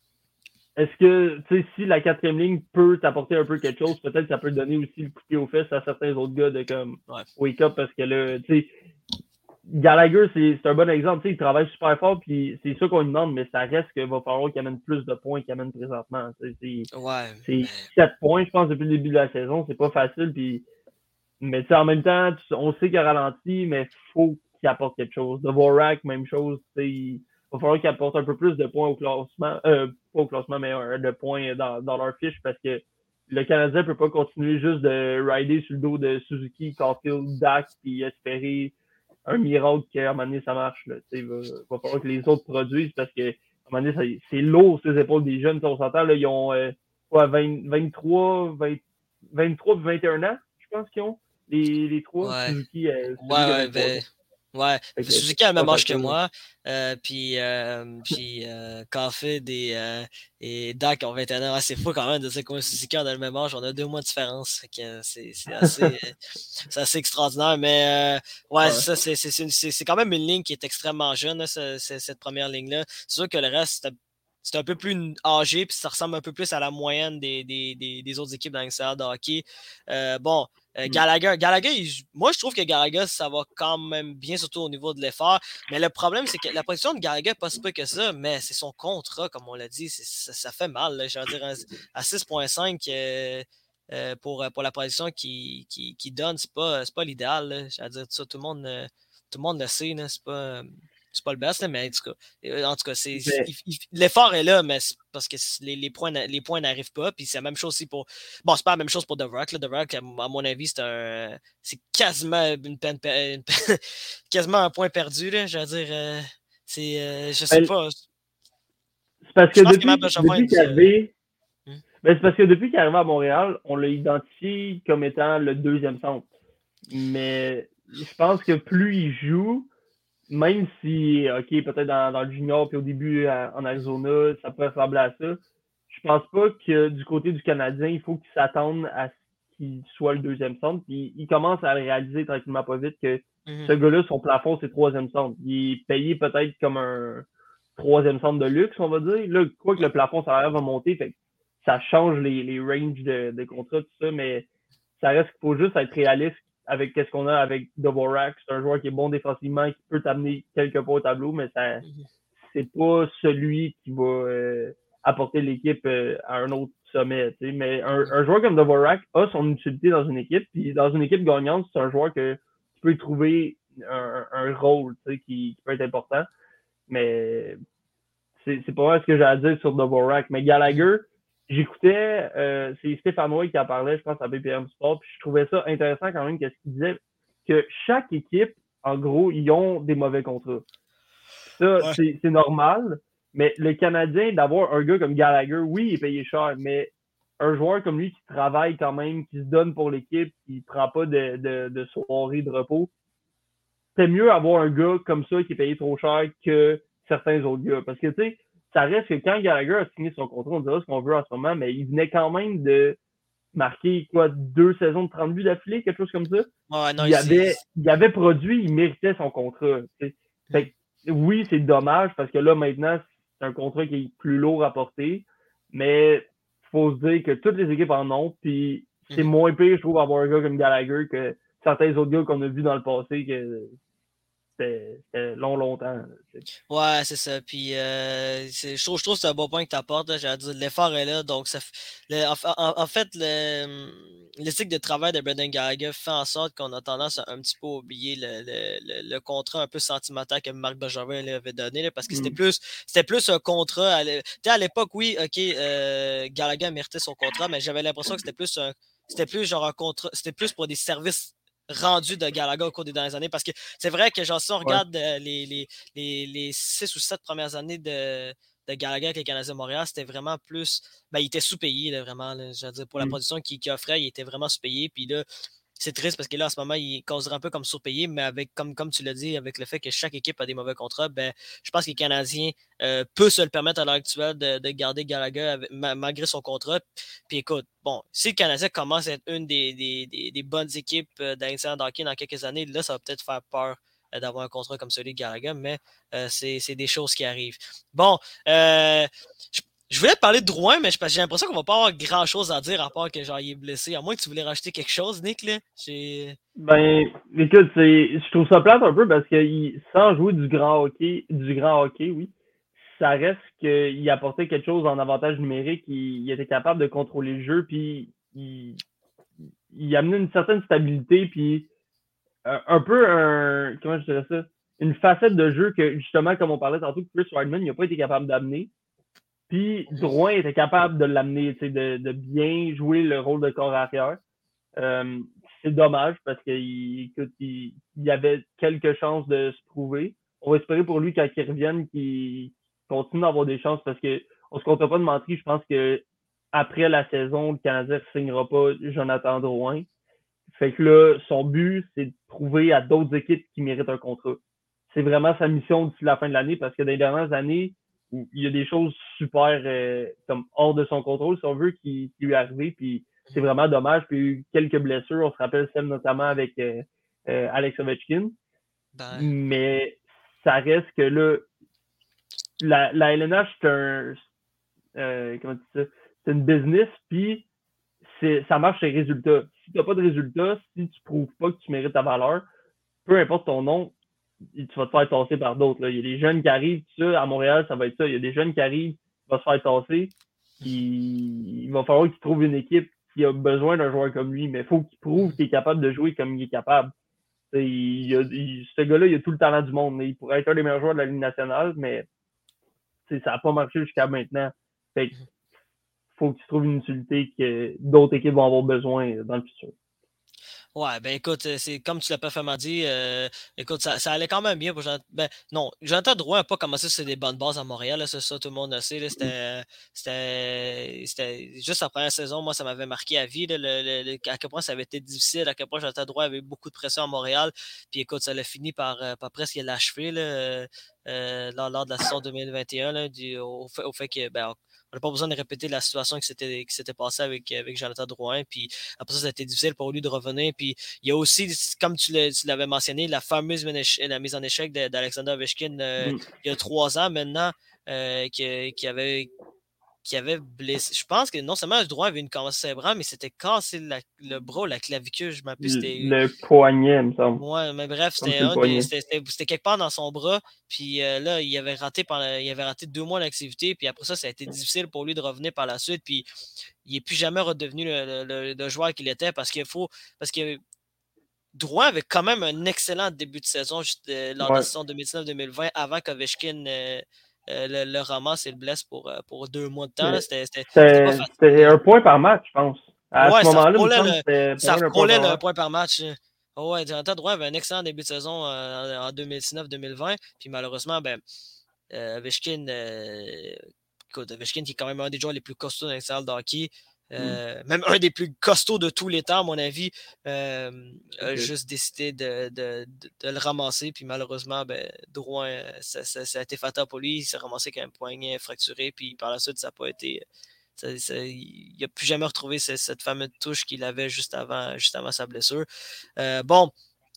Speaker 4: est-ce que, tu sais, si la quatrième ligne peut t'apporter un peu quelque chose, peut-être que ça peut donner aussi le coup de pied aux fesses à certains autres gars de comme
Speaker 3: Ouais.
Speaker 4: wake up parce que là, tu sais, Gallagher, c'est, c'est un bon exemple. Tu sais, il travaille super fort, puis c'est ça qu'on lui demande, mais ça reste qu'il va falloir qu'il amène plus de points qu'il amène présentement. Tu sais, c'est,
Speaker 3: Ouais,
Speaker 4: c'est
Speaker 3: mais...
Speaker 4: sept points, je pense, depuis le début de la saison. C'est pas facile, puis mais tu sais, en même temps, tu, on sait qu'il a ralenti, mais il faut qu'il apporte quelque chose. Dvorak, même chose. Tu sais, il va falloir qu'il apporte un peu plus de points au classement. Euh, pas au classement, mais euh, de points dans, dans leur fiche parce que le Canadien peut pas continuer juste de rider sur le dos de Suzuki, Caulfield, Dak, puis espérer un miracle qu'à un moment donné, ça marche. Là. Il va, va falloir que les autres produisent parce que à un moment donné, ça, c'est lourd sur les épaules des jeunes. On s'entend, là, ils ont euh, quoi, vingt, vingt-trois, vingt, vingt-trois et vingt et un ans, je pense qu'ils ont. Les, les trois,
Speaker 3: Ouais.
Speaker 4: Suzuki, euh,
Speaker 3: ouais, ouais, ben, ouais.
Speaker 4: Fait que,
Speaker 3: Suzuki a le même âge que
Speaker 4: facile,
Speaker 3: moi. Euh, puis euh, puis euh, Caulfield et, euh, et Dak ont vingt et un ans. C'est fou quand même de dire qu'on Suzuki on a le même âge. On a deux mois de différence. Fait que c'est, c'est, assez, c'est assez extraordinaire. Mais euh, ouais, ouais. Ça, c'est, c'est, c'est, c'est, c'est quand même une ligne qui est extrêmement jeune, là, ce, c'est, cette première ligne-là. C'est sûr que le reste, c'est, c'est un peu plus âgé, puis ça ressemble un peu plus à la moyenne des, des, des, des autres équipes dans l'N de hockey. Euh, bon, euh, Gallagher, Gallagher il, moi je trouve que Gallagher, ça va quand même bien, surtout au niveau de l'effort. Mais le problème, c'est que la position de Gallagher, pas si peu que ça, mais c'est son contrat, comme on l'a dit, c'est, ça, ça fait mal. Là, je veux dire, à six virgule cinq euh, euh, pour, pour la position qu'il qui, qui donne, c'est pas, c'est pas l'idéal. Là. Je veux dire, ça, tout le monde, euh, tout le monde le sait, là, c'est pas. C'est pas le best, là, mais en tout cas, en tout cas c'est, mais... il, il, l'effort est là, mais c'est parce que les, les, points, les points n'arrivent pas. Puis c'est la même chose aussi pour. Bon, c'est pas la même chose pour Dvorak. Dvorak, à mon avis, c'est un. C'est quasiment une peine, une peine quasiment un point perdu. Là, je veux dire. Euh, c'est. Euh, je sais
Speaker 4: ben,
Speaker 3: pas.
Speaker 4: C'est parce que depuis, depuis qu'il y avait. Ben, c'est parce que depuis qu'il est arrivé à Montréal, on l'a identifié comme étant le deuxième centre. Mais je pense que plus il joue, même si, OK, peut-être dans, dans le junior, puis au début à, en Arizona, ça peut ressembler à ça, je pense pas que du côté du Canadien, il faut qu'il s'attende à ce qu'il soit le deuxième centre. Puis il commence à réaliser tranquillement pas vite que mm-hmm. ce gars-là, son plafond, c'est troisième centre. Il est payé peut-être comme un troisième centre de luxe, on va dire. Là, quoi que le plafond salarial va monter, fait que ça change les, les ranges de, de contrats, tout ça, mais ça reste qu'il faut juste être réaliste avec qu'est-ce qu'on a avec Dvorak. C'est un joueur qui est bon défensivement, qui peut t'amener quelques points au tableau, mais ça, c'est pas celui qui va euh, apporter l'équipe euh, à un autre sommet. T'sais. Mais un, un joueur comme Dvorak a son utilité dans une équipe, puis dans une équipe gagnante, c'est un joueur que tu peux y trouver un, un rôle qui, qui peut être important. Mais c'est, c'est pas vrai ce que j'ai à dire sur Dvorak. Mais Gallagher, j'écoutais, euh, c'est Stéphane Roy qui en parlait, je pense, à B P M Sport, puis je trouvais ça intéressant quand même, qu'est-ce qu'il disait, que chaque équipe, en gros, ils ont des mauvais contrats. Ça, ouais. c'est, c'est normal, mais le Canadien, d'avoir un gars comme Gallagher, oui, il est payé cher, mais un joueur comme lui qui travaille quand même, qui se donne pour l'équipe, qui prend pas de, de, de soirée de repos, c'est mieux avoir un gars comme ça qui est payé trop cher que certains autres gars. Parce que, tu sais, ça reste que quand Gallagher a signé son contrat, on dira ce qu'on veut en ce moment, mais il venait quand même de marquer, quoi, deux saisons de trente buts d'affilée, quelque chose comme ça.
Speaker 3: Ouais, non,
Speaker 4: il, avait, il avait produit, il méritait son contrat. T'sais. Fait que, oui, c'est dommage parce que là, maintenant, c'est un contrat qui est plus lourd à porter, mais il faut se dire que toutes les équipes en ont, puis c'est mm-hmm. moins pire, je trouve, avoir un gars comme Gallagher que certains autres gars qu'on a vus dans le passé que c'était, c'était long, longtemps.
Speaker 3: Ouais, c'est ça. Puis, euh, c'est, je, trouve, je trouve que c'est un bon point que tu apportes. J'allais dire, l'effort est là. Donc, ça, le, en, en, en fait, le, le cycle de travail de Brendan Gallagher fait en sorte qu'on a tendance à un petit peu oublier le, le, le, le contrat un peu sentimental que Marc Bergevin avait donné. Là, parce que c'était, mm. plus, c'était plus un contrat. À, à l'époque, oui, OK, euh, Gallagher méritait son contrat, mais j'avais l'impression que c'était plus un, c'était plus genre un contrat. C'était plus pour des services rendu de Gallagher au cours des dernières années, parce que c'est vrai que genre si on regarde ouais. euh, les, les, les, les six ou sept premières années de, de Gallagher avec les Canadiens de Montréal, c'était vraiment plus, ben il était sous-payé là, vraiment, là, je veux dire, pour mm. la production qu'il, qu'il offrait, il était vraiment sous-payé, puis là c'est triste parce que là, en ce moment, il causerait un peu comme surpayé, mais avec, comme, comme tu l'as dit, avec le fait que chaque équipe a des mauvais contrats, ben, je pense que les Canadiens euh, peuvent se le permettre à l'heure actuelle de, de garder Gallagher avec, ma, malgré son contrat. Puis écoute, bon, si le Canadien commence à être une des, des, des, des bonnes équipes euh, d'Alexandre Hockey dans quelques années, là, ça va peut-être faire peur euh, d'avoir un contrat comme celui de Gallagher, mais euh, c'est, c'est des choses qui arrivent. Bon, euh, je Je voulais te parler de Drouin, mais j'ai l'impression qu'on va pas avoir grand-chose à dire à part que genre il est blessé. À moins que tu voulais rajouter quelque chose, Nick, là. J'ai...
Speaker 4: Ben, écoute, c'est, je trouve ça plate un peu parce que il, sans jouer du grand hockey, du grand hockey, oui, ça reste qu'il apportait quelque chose en avantage numérique. Il, il était capable de contrôler le jeu, puis il, il amenait une certaine stabilité, puis un, un peu un, comment je dirais ça, une facette de jeu que justement, comme on parlait tantôt, Chris Wideman, il n'a pas été capable d'amener. Puis Drouin était capable de l'amener, tu sais, de, de bien jouer le rôle de corps arrière. Euh, c'est dommage parce qu'il écoute, il, il avait quelques chances de se prouver. On va espérer pour lui quand il revienne qu'il continue d'avoir des chances parce que on se compte pas de mentir. Je pense que après la saison, le Canadien ne signera pas Jonathan Drouin. Fait que là, son but, c'est de prouver à d'autres équipes qui méritent un contrat. C'est vraiment sa mission d'ici la fin de l'année parce que dans les dernières années, où il y a des choses super euh, comme hors de son contrôle, si on veut, qui, qui lui est arrivé, puis c'est vraiment dommage. Puis il y a eu quelques blessures, on se rappelle celle notamment avec euh, euh, Alex Ovechkin. Ben... Mais ça reste que là, la, la L N H, c'est un euh, comment tu dis ça? C'est une business, puis c'est, ça marche sur les résultats. Si tu n'as pas de résultats, si tu prouves pas que tu mérites ta valeur, peu importe ton nom, tu vas te faire tasser par d'autres. Là. Il y a des jeunes qui arrivent, tout ça, à Montréal, ça va être ça. Il y a des jeunes qui arrivent, qui vont se faire tasser. Puis, il va falloir qu'il trouve une équipe qui a besoin d'un joueur comme lui, mais il faut qu'il prouve qu'il est capable de jouer comme il est capable. Il, il, il, ce gars-là, il a tout le talent du monde. Il pourrait être un des meilleurs joueurs de la Ligue nationale, mais ça n'a pas marché jusqu'à maintenant. Fait qu'il faut qu'il trouve une utilité que d'autres équipes vont avoir besoin dans le futur.
Speaker 3: Ouais, ben écoute, c'est comme tu l'as parfaitement dit, euh, écoute, ça, ça allait quand même bien pour Jonathan. Ben non, Jonathan Drouin n'a pas commencé sur des bonnes bases à Montréal, là, c'est ça, tout le monde le sait. Là, c'était, c'était, c'était juste la première saison, moi, ça m'avait marqué à vie, là, le, le, le- à quel point ça avait été difficile, à quel point Jonathan Drouin avait eu beaucoup de pression à Montréal. Puis écoute, ça l'a fini par, euh, par presque l'achever là, euh, euh, lors, lors de la saison deux mille vingt et un, là, du, au, fait, au fait que ben, on n'a pas besoin de répéter la situation qui s'était, qui s'était passée avec, avec Jonathan Drouin. Puis après ça, ça a été difficile pour lui de revenir. Puis il y a aussi, comme tu l'avais mentionné, la fameuse la mise en échec d'Alexander Ovechkin euh,
Speaker 4: Mm.
Speaker 3: il y a trois ans maintenant, euh, qui, qui, avait, qui avait blessé. Je pense que non seulement le droit avait une conmotion cérébrale, mais c'était cassé la, le bras ou la clavicule. Je m'appelle,
Speaker 4: Le,
Speaker 3: c'était.
Speaker 4: le poignet, il me semble.
Speaker 3: Ouais, mais bref,
Speaker 4: Comme
Speaker 3: c'était
Speaker 4: c'est le
Speaker 3: un des.
Speaker 4: poignet.
Speaker 3: C'était c'était quelque part dans son bras. Puis euh, là, il avait raté pendant, il avait raté deux mois d'activité. Puis après ça, ça a été difficile pour lui de revenir par la suite. Puis il n'est plus jamais redevenu le, le, le joueur qu'il était parce qu'il faut. Parce que Drouin avait quand même un excellent début de saison juste, euh, lors de la
Speaker 4: Ouais.
Speaker 3: saison deux mille dix-neuf deux mille vingt avant qu'Ovechkin euh, euh, le, le ramasse et le blesse pour, euh, pour deux mois de temps. C'était, c'était, c'était pas facile.
Speaker 4: C'était un point par match, je pense. À
Speaker 3: Ouais,
Speaker 4: ce
Speaker 3: ça
Speaker 4: moment-là, il me
Speaker 3: frôlait
Speaker 4: semble
Speaker 3: le,
Speaker 4: que c'était pas
Speaker 3: ça
Speaker 4: mal un point
Speaker 3: frôlait
Speaker 4: par
Speaker 3: le
Speaker 4: match.
Speaker 3: point par match. Oh ouais, Jonathan Drouin avait un excellent début de saison euh, en deux mille dix-neuf deux mille vingt. Puis malheureusement, ben, euh, Ovechkin, euh, écoute, Ovechkin qui est quand même un des joueurs les plus costauds dans les salles de hockey. Euh, mm. Même un des plus costauds de tous les temps, à mon avis, euh, a okay. juste décidé de, de, de, de le ramasser. Puis malheureusement, ben, Drouin, ça, ça, ça a été fatal pour lui. Il s'est ramassé avec un poignet fracturé. Puis par la suite, ça n'a pas été. Ça, ça, il n'a plus jamais retrouvé cette, cette fameuse touche qu'il avait juste avant, juste avant sa blessure. Euh, bon.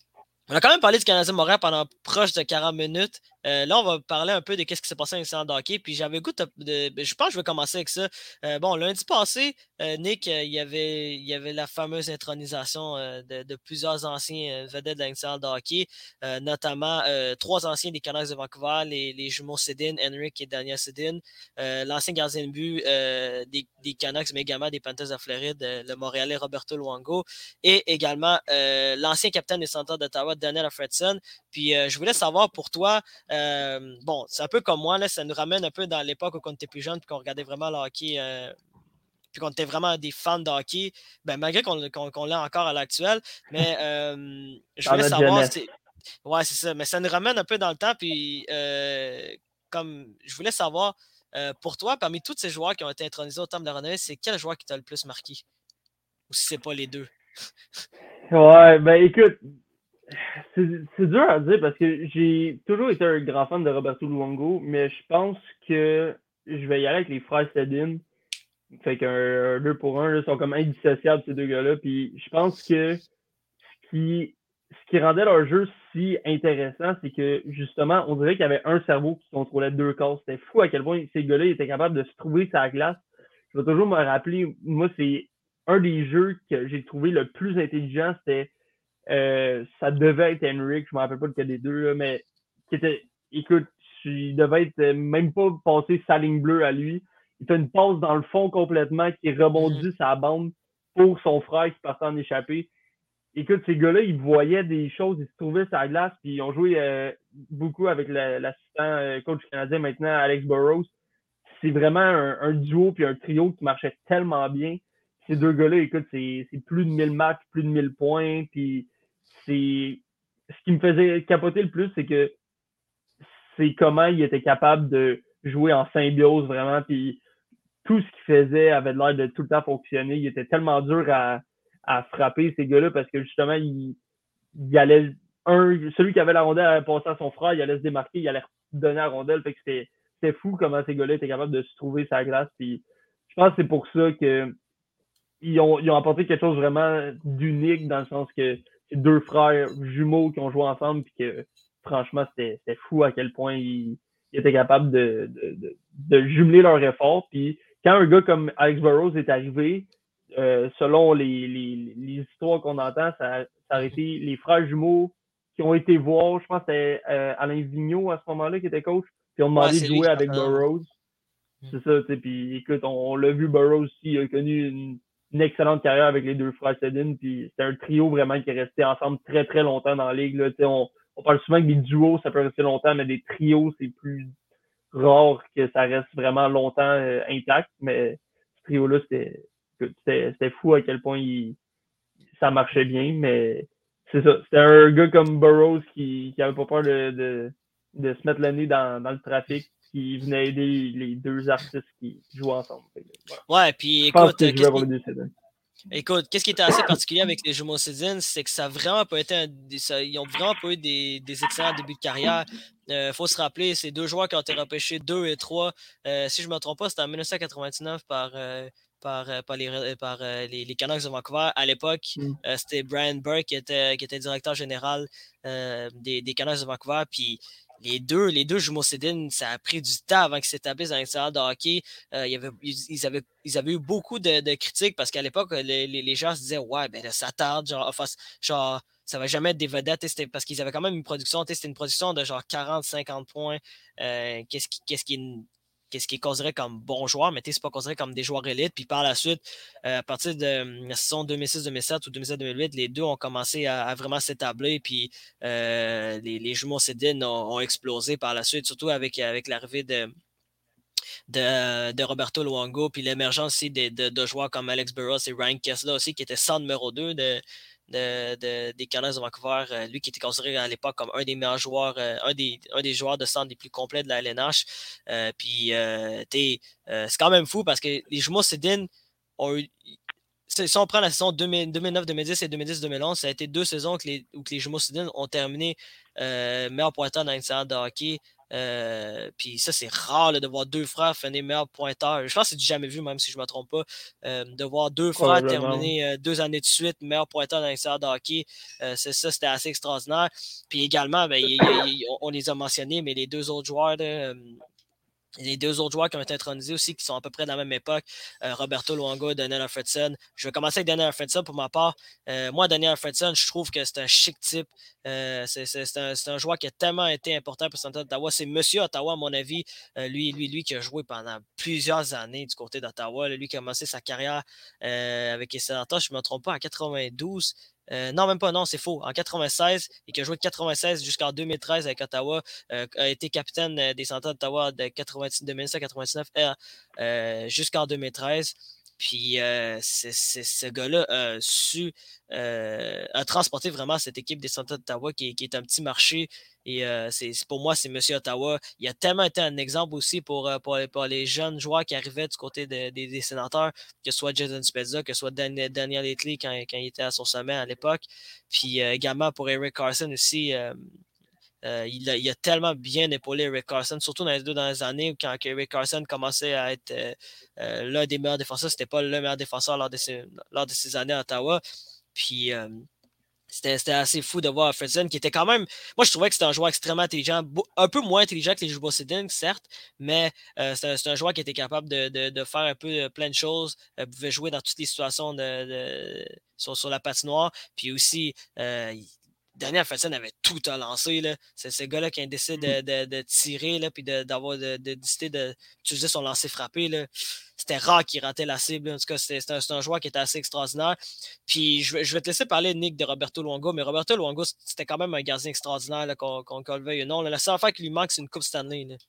Speaker 3: On a quand même parlé du Canadien Montréal pendant proche de quarante minutes. Euh, là, on va parler un peu de ce qui s'est passé avec le hockey. Puis j'avais goût de, de, je pense que je vais commencer avec ça. Euh, bon, lundi passé, euh, Nick, euh, il, y avait, il y avait la fameuse intronisation euh, de, de plusieurs anciens euh, vedettes de la hockey, euh, notamment euh, trois anciens des Canucks de Vancouver, les, les jumeaux Sedin, Henrik et Daniel Sedin, euh, l'ancien gardien de but euh, des, des Canucks, mais également des Panthers de Floride, euh, le Montréalais Roberto Luongo, et également euh, l'ancien capitaine des Senators d'Ottawa, Daniel Alfredson. Puis euh, je voulais savoir pour toi, euh, bon, c'est un peu comme moi, là, ça nous ramène un peu dans l'époque où on était plus jeune puis qu'on regardait vraiment le hockey, euh, puis qu'on était vraiment des fans de hockey, ben, malgré qu'on, qu'on, qu'on l'a encore à l'actuel. Mais euh, je voulais savoir, c'est... ouais, c'est ça, mais ça nous ramène un peu dans le temps. Puis euh, comme je voulais savoir, euh, pour toi, parmi tous ces joueurs qui ont été intronisés au Temple de la Renommée, c'est quel joueur qui t'a le plus marqué? Ou si c'est pas les deux?
Speaker 4: Ouais, ben écoute, c'est, c'est dur à dire parce que j'ai toujours été un grand fan de Roberto Luongo, mais je pense que je vais y aller avec les frères Sedin. Fait qu'un un deux pour un, là, sont comme indissociables ces deux gars-là. Puis je pense que ce qui, ce qui rendait leur jeu si intéressant, c'est que justement, on dirait qu'il y avait un cerveau qui contrôlait deux corps. C'était fou à quel point ces gars-là étaient capables de se trouver sur la glace. Je vais toujours me rappeler, moi, c'est un des jeux que j'ai trouvé le plus intelligent, c'était euh, ça devait être Henrik, je me rappelle pas lequel des deux, là, mais qui était, écoute, il devait être même pas passer sa ligne bleue à lui. Il fait une passe dans le fond complètement qui rebondit mm-hmm. sa bande pour son frère qui partait en échappée. Écoute, ces gars-là, ils voyaient des choses, ils se trouvaient sur la glace, puis ils ont joué euh, beaucoup avec la, l'assistant euh, coach canadien maintenant, Alex Burrows. C'est vraiment un, un duo puis un trio qui marchait tellement bien. Ces deux gars-là, écoute, c'est, c'est plus de mille matchs, plus de mille points, puis c'est... Ce qui me faisait capoter le plus, c'est que c'est comment ils étaient capables de jouer en symbiose, vraiment, puis tout ce qu'ils faisaient avait l'air de tout le temps fonctionner. Il était tellement dur à, à frapper, ces gars-là, parce que justement, il, il allait... Un, celui qui avait la rondelle allait passer à son frère, il allait se démarquer, il allait donner la rondelle, fait que c'était c'était fou comment ces gars-là étaient capables de se trouver sa glace. Puis je pense que c'est pour ça que ils ont, ils ont apporté quelque chose vraiment d'unique dans le sens que c'est deux frères jumeaux qui ont joué ensemble puis que franchement, c'était, c'était fou à quel point ils, ils étaient capables de, de, de, de jumeler leurs efforts. Puis quand un gars comme Alex Burrows est arrivé, euh, selon les, les, les histoires qu'on entend, ça, ça a été les frères jumeaux qui ont été voir, je pense que c'était euh, Alain Vigneault à ce moment-là qui était coach. Puis on demandé ouais, de jouer avec Burrows. Mm. C'est ça, tu sais. Puis écoute, on, on l'a vu, Burrows aussi, il a connu une, une excellente carrière avec les deux frères Sedin. Puis c'était un trio vraiment qui est resté ensemble très très longtemps dans la ligue. Là. On, on parle souvent que des duos, ça peut rester longtemps, mais des trios, c'est plus rare que ça reste vraiment longtemps euh, intact. Mais ce trio-là, c'était, c'était, c'était fou à quel point il, ça marchait bien, mais c'est ça. C'était un gars comme Burroughs qui, qui avait pas peur de, de, de se mettre le nez dans, dans le trafic, qui venait aider les deux artistes qui jouent ensemble. Fait que, voilà.
Speaker 3: Ouais, puis
Speaker 4: Je pense
Speaker 3: écoute,
Speaker 4: que
Speaker 3: euh,
Speaker 4: je
Speaker 3: qu'est-ce
Speaker 4: vais pour
Speaker 3: qui,
Speaker 4: les deux Sedin.
Speaker 3: écoute, qu'est-ce qui était assez particulier avec les jumeaux Sedin, c'est que ça a vraiment pas été un- des- ça- ils ont vraiment pas eu des, des excellents débuts de carrière. Euh, faut se rappeler, ces deux joueurs qui ont été repêchés deux et trois, euh, si je me trompe pas, c'était en dix-neuf cent quatre-vingt-dix-neuf par, euh, par, euh, par, les, euh, par euh, les, les Canucks de Vancouver. À l'époque,
Speaker 4: Mm.
Speaker 3: euh, c'était Brian Burke qui était, qui était directeur général euh, des, des Canucks de Vancouver. Puis les deux, les deux jumeaux Sedin, ça a pris du temps avant qu'ils s'établissent dans l'extérieur de hockey. Euh, il y avait, ils, avaient, ils avaient eu beaucoup de, de critiques parce qu'à l'époque, les, les, les gens se disaient ouais, ben là, ça tarde, genre, enfin, genre ça va jamais être des vedettes, c'était parce qu'ils avaient quand même une production, c'était une production de genre quarante cinquante points. Euh, qu'est-ce qui, qu'est-ce qui est qu'est-ce qui est considéré comme bon joueur, mais c'est pas considéré comme des joueurs élites. Puis par la suite, euh, à partir de la saison deux mille six deux mille sept ou deux mille sept deux mille huit, les deux ont commencé à, à vraiment s'établir. Puis euh, les, les jumeaux Sedin ont, ont explosé par la suite, surtout avec, avec l'arrivée de, de, de Roberto Luongo, puis l'émergence aussi de, de, de joueurs comme Alex Burrows et Ryan Kesler aussi, qui était centre numéro deux de, de, de, des Canucks de Vancouver. Euh, lui qui était considéré à l'époque comme un des meilleurs joueurs, euh, un, des, un des joueurs de centre les plus complets de la L N H. Euh, puis, euh, euh, c'est quand même fou parce que les jumeaux Sedin ont eu. Si on prend la saison deux mille neuf deux mille dix et deux mille dix deux mille onze, ça a été deux saisons que les, où que les jumeaux Sedin ont terminé euh, meilleur pointeur dans l'intérieur de hockey. Euh, puis ça, c'est rare là, de voir deux frères finir meilleur pointeur. Je pense que c'est du jamais vu, même si je ne me trompe pas. Euh, de voir deux frères terminer euh, deux années de suite meilleur pointeur dans l'extérieur de hockey. Euh, c'est ça, c'était assez extraordinaire. Puis également, ben, y, y, y, on les a mentionnés, mais les deux autres joueurs, là, euh, les deux autres joueurs qui ont été intronisés aussi, qui sont à peu près de la même époque, euh, Roberto Luongo et Daniel Alfredson. Je vais commencer avec Daniel Alfredson pour ma part. Euh, moi, Daniel Alfredson, je trouve que c'est un chic type. Euh, c'est, c'est, c'est, un, c'est un joueur qui a tellement été important pour Centre d'Ottawa. C'est Monsieur Ottawa, à mon avis. Euh, lui, lui, lui qui a joué pendant plusieurs années du côté d'Ottawa. Lui qui a commencé sa carrière euh, avec les Sénateurs, je ne me trompe pas, en quatre-vingt-douze. Euh, non, même pas, non, c'est faux. En quatre-vingt-seize, et qui a joué de quatre-vingt-seize jusqu'en deux mille treize avec Ottawa, euh, a été capitaine des Centres d'Ottawa de deux mille sept à quatre-vingt-dix-neuf euh, jusqu'en deux mille treize. Puis euh, c'est, c'est, ce gars-là a su euh, a transporté vraiment cette équipe des Centres d'Ottawa qui, qui est un petit marché. Et euh, c'est, c'est, pour moi, c'est Monsieur Ottawa. Il a tellement été un exemple aussi pour, pour, pour les jeunes joueurs qui arrivaient du côté de, des, des sénateurs, que ce soit Jason Spezza, que ce soit Dan, Daniel Hitley quand, quand il était à son sommet à l'époque. Puis euh, également pour Erik Karlsson aussi. Euh, Euh, il, a, il a tellement bien épaulé Erik Karlsson, surtout dans les deux dernières années, quand Erik Karlsson commençait à être euh, euh, l'un des meilleurs défenseurs. C'était pas le meilleur défenseur lors de ses, lors de ses années à Ottawa. Puis euh, c'était, c'était assez fou de voir Alfredson, qui était quand même. Moi, je trouvais que c'était un joueur extrêmement intelligent, un peu moins intelligent que les jumeaux Sedin, certes, mais euh, c'est, un, c'est un joueur qui était capable de, de, de faire un peu plein de choses, euh, pouvait jouer dans toutes les situations de, de, sur, sur la patinoire. Puis aussi, euh, Daniel Alfredson avait tout à lancer. Là. C'est ce gars-là qui a décidé de, de, de tirer là, puis de, d'avoir de, de, décidé d'utiliser son lancer frappé. Là. C'était rare qu'il ratait la cible. Là. En tout cas, c'était, c'était, un, c'était un joueur qui était assez extraordinaire. Puis je, je vais te laisser parler, Nick, de Roberto Luongo, mais Roberto Luongo, c'était quand même un gardien extraordinaire, là, qu'on, qu'on, qu'on le veuille ou non. Là. La seule affaire qui lui manque, c'est une Coupe Stanley. Là.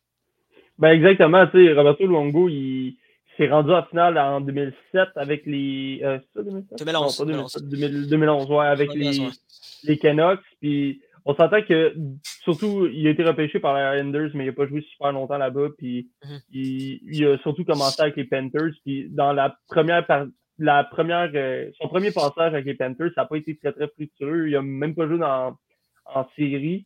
Speaker 4: Ben exactement, tu sais, Roberto Luongo, il s'est rendu en finale en deux mille sept avec les. Euh, c'est ça, deux mille sept?
Speaker 3: deux mille onze.
Speaker 4: Non, pas deux mille sept, deux mille, deux mille onze, ouais, avec
Speaker 3: deux mille onze,
Speaker 4: les,
Speaker 3: ouais.
Speaker 4: les Canucks. Puis on s'entend que, surtout, il a été repêché par les Islanders, mais il n'a pas joué super longtemps là-bas. Puis mm-hmm. il, il a surtout commencé avec les Panthers. Puis dans la première partie, la première, euh, son premier passage avec les Panthers, ça n'a pas été très, très fructueux. Il n'a même pas joué dans, en série.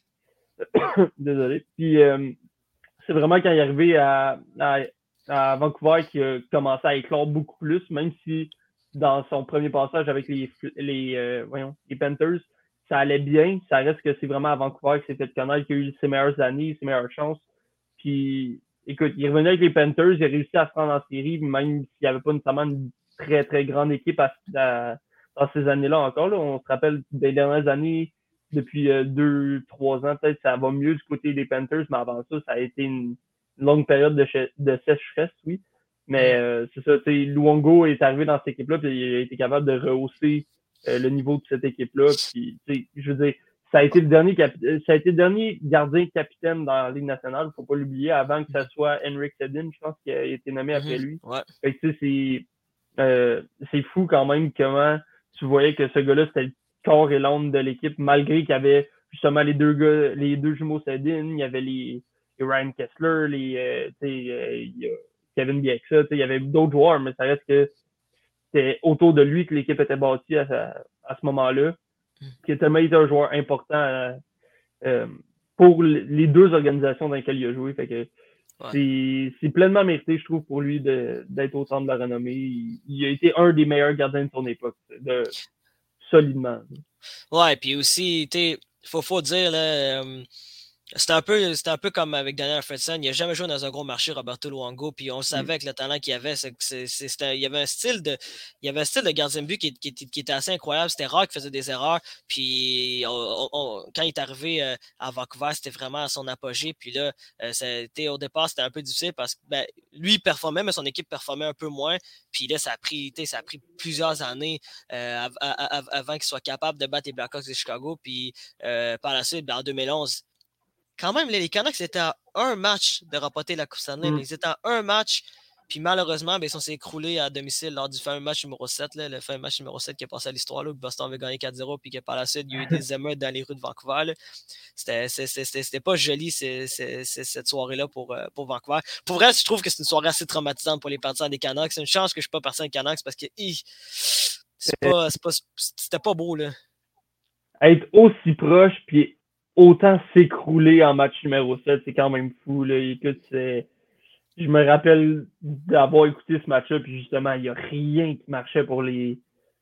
Speaker 4: Désolé. Puis, euh, c'est vraiment quand il est arrivé à, à, à Vancouver qu'il a commencé à éclore beaucoup plus, même si dans son premier passage avec les, les, euh, voyons, les Panthers, ça allait bien. Ça reste que c'est vraiment à Vancouver qu'il s'est fait connaître, qu'il a eu ses meilleures années, ses meilleures chances. Puis, écoute, il est revenu avec les Panthers, il a réussi à se rendre en série, même s'il n'y avait pas nécessairement une très, très grande équipe à, à, dans ces années-là encore. Là. On se rappelle des dernières années, depuis euh, deux, trois ans, peut-être, ça va mieux du côté des Panthers, mais avant ça, ça a été une, une longue période de, ch- de sécheresse, oui. Mais euh, c'est ça, tu sais, Luongo est arrivé dans cette équipe-là, puis il a été capable de rehausser euh, le niveau de cette équipe-là. Puis, tu sais, je veux dire, ça a été le dernier cap- ça a été le dernier gardien capitaine dans la Ligue nationale, faut pas l'oublier, avant que ça soit Henrik Sedin, je pense qu'il a été nommé après lui.
Speaker 3: Ouais.
Speaker 4: Fait que, tu sais, c'est, euh, c'est fou quand même comment tu voyais que ce gars-là, c'était le corps et l'âme de l'équipe, malgré qu'il y avait justement les deux gars, les deux jumeaux Sedin, il y avait les, les Ryan Kessler, les euh, euh, Kevin Bieksa, il y avait d'autres joueurs, mais ça reste que c'était autour de lui que l'équipe était bâtie à, à ce moment-là. Qui a tellement été un joueur important euh, euh, pour les deux organisations dans lesquelles il a joué. Fait que ouais. c'est, c'est pleinement mérité, je trouve, pour lui de, d'être au centre de la renommée. Il, il a été un des meilleurs gardiens de son époque, de, solidement.
Speaker 3: Ouais, puis aussi, il faut, faut dire, là, euh, c'était un peu, c'était un peu comme avec Daniel Fredson. Il n'a jamais joué dans un gros marché, Roberto Luongo, puis on savait mm. que le talent qu'il avait, c'est, c'est, c'est, c'était, il y avait un style de, il y avait un style de gardien de but qui, qui, qui était assez incroyable. C'était rare qu'il faisait des erreurs. Puis on, on, quand il est arrivé euh, à Vancouver, c'était vraiment à son apogée. Puis là, euh, c'était, au départ, c'était un peu difficile parce que ben, lui, il performait, mais son équipe performait un peu moins. Puis là, ça a pris, ça a pris plusieurs années euh, av- av- avant qu'il soit capable de battre les Blackhawks de Chicago. Puis euh, par la suite, ben, en deux mille onze, quand même, les Canucks étaient à un match de remporter la Coupe Stanley. Mm. Ils étaient à un match, puis malheureusement, ben, ils sont écroulés à domicile lors du fameux match numéro sept, là, le fameux match numéro sept qui est passé à l'histoire, là, où Boston avait gagné quatre zéro, puis que par la suite, il y a eu des émeutes dans les rues de Vancouver. Là. C'était, c'était, c'était, c'était pas joli c'est, c'est, c'est, cette soirée-là pour, euh, pour Vancouver. Pour vrai, je trouve que c'est une soirée assez traumatisante pour les partisans des Canucks. C'est une chance que je ne suis pas partisan des Canucks parce que hi, c'est pas, c'est pas, c'était pas beau. Là.
Speaker 4: Être aussi proche, puis autant s'écrouler en match numéro sept, c'est quand même fou. Là. Écoute, c'est... je me rappelle d'avoir écouté ce match-là, puis justement, il n'y a rien qui marchait pour les,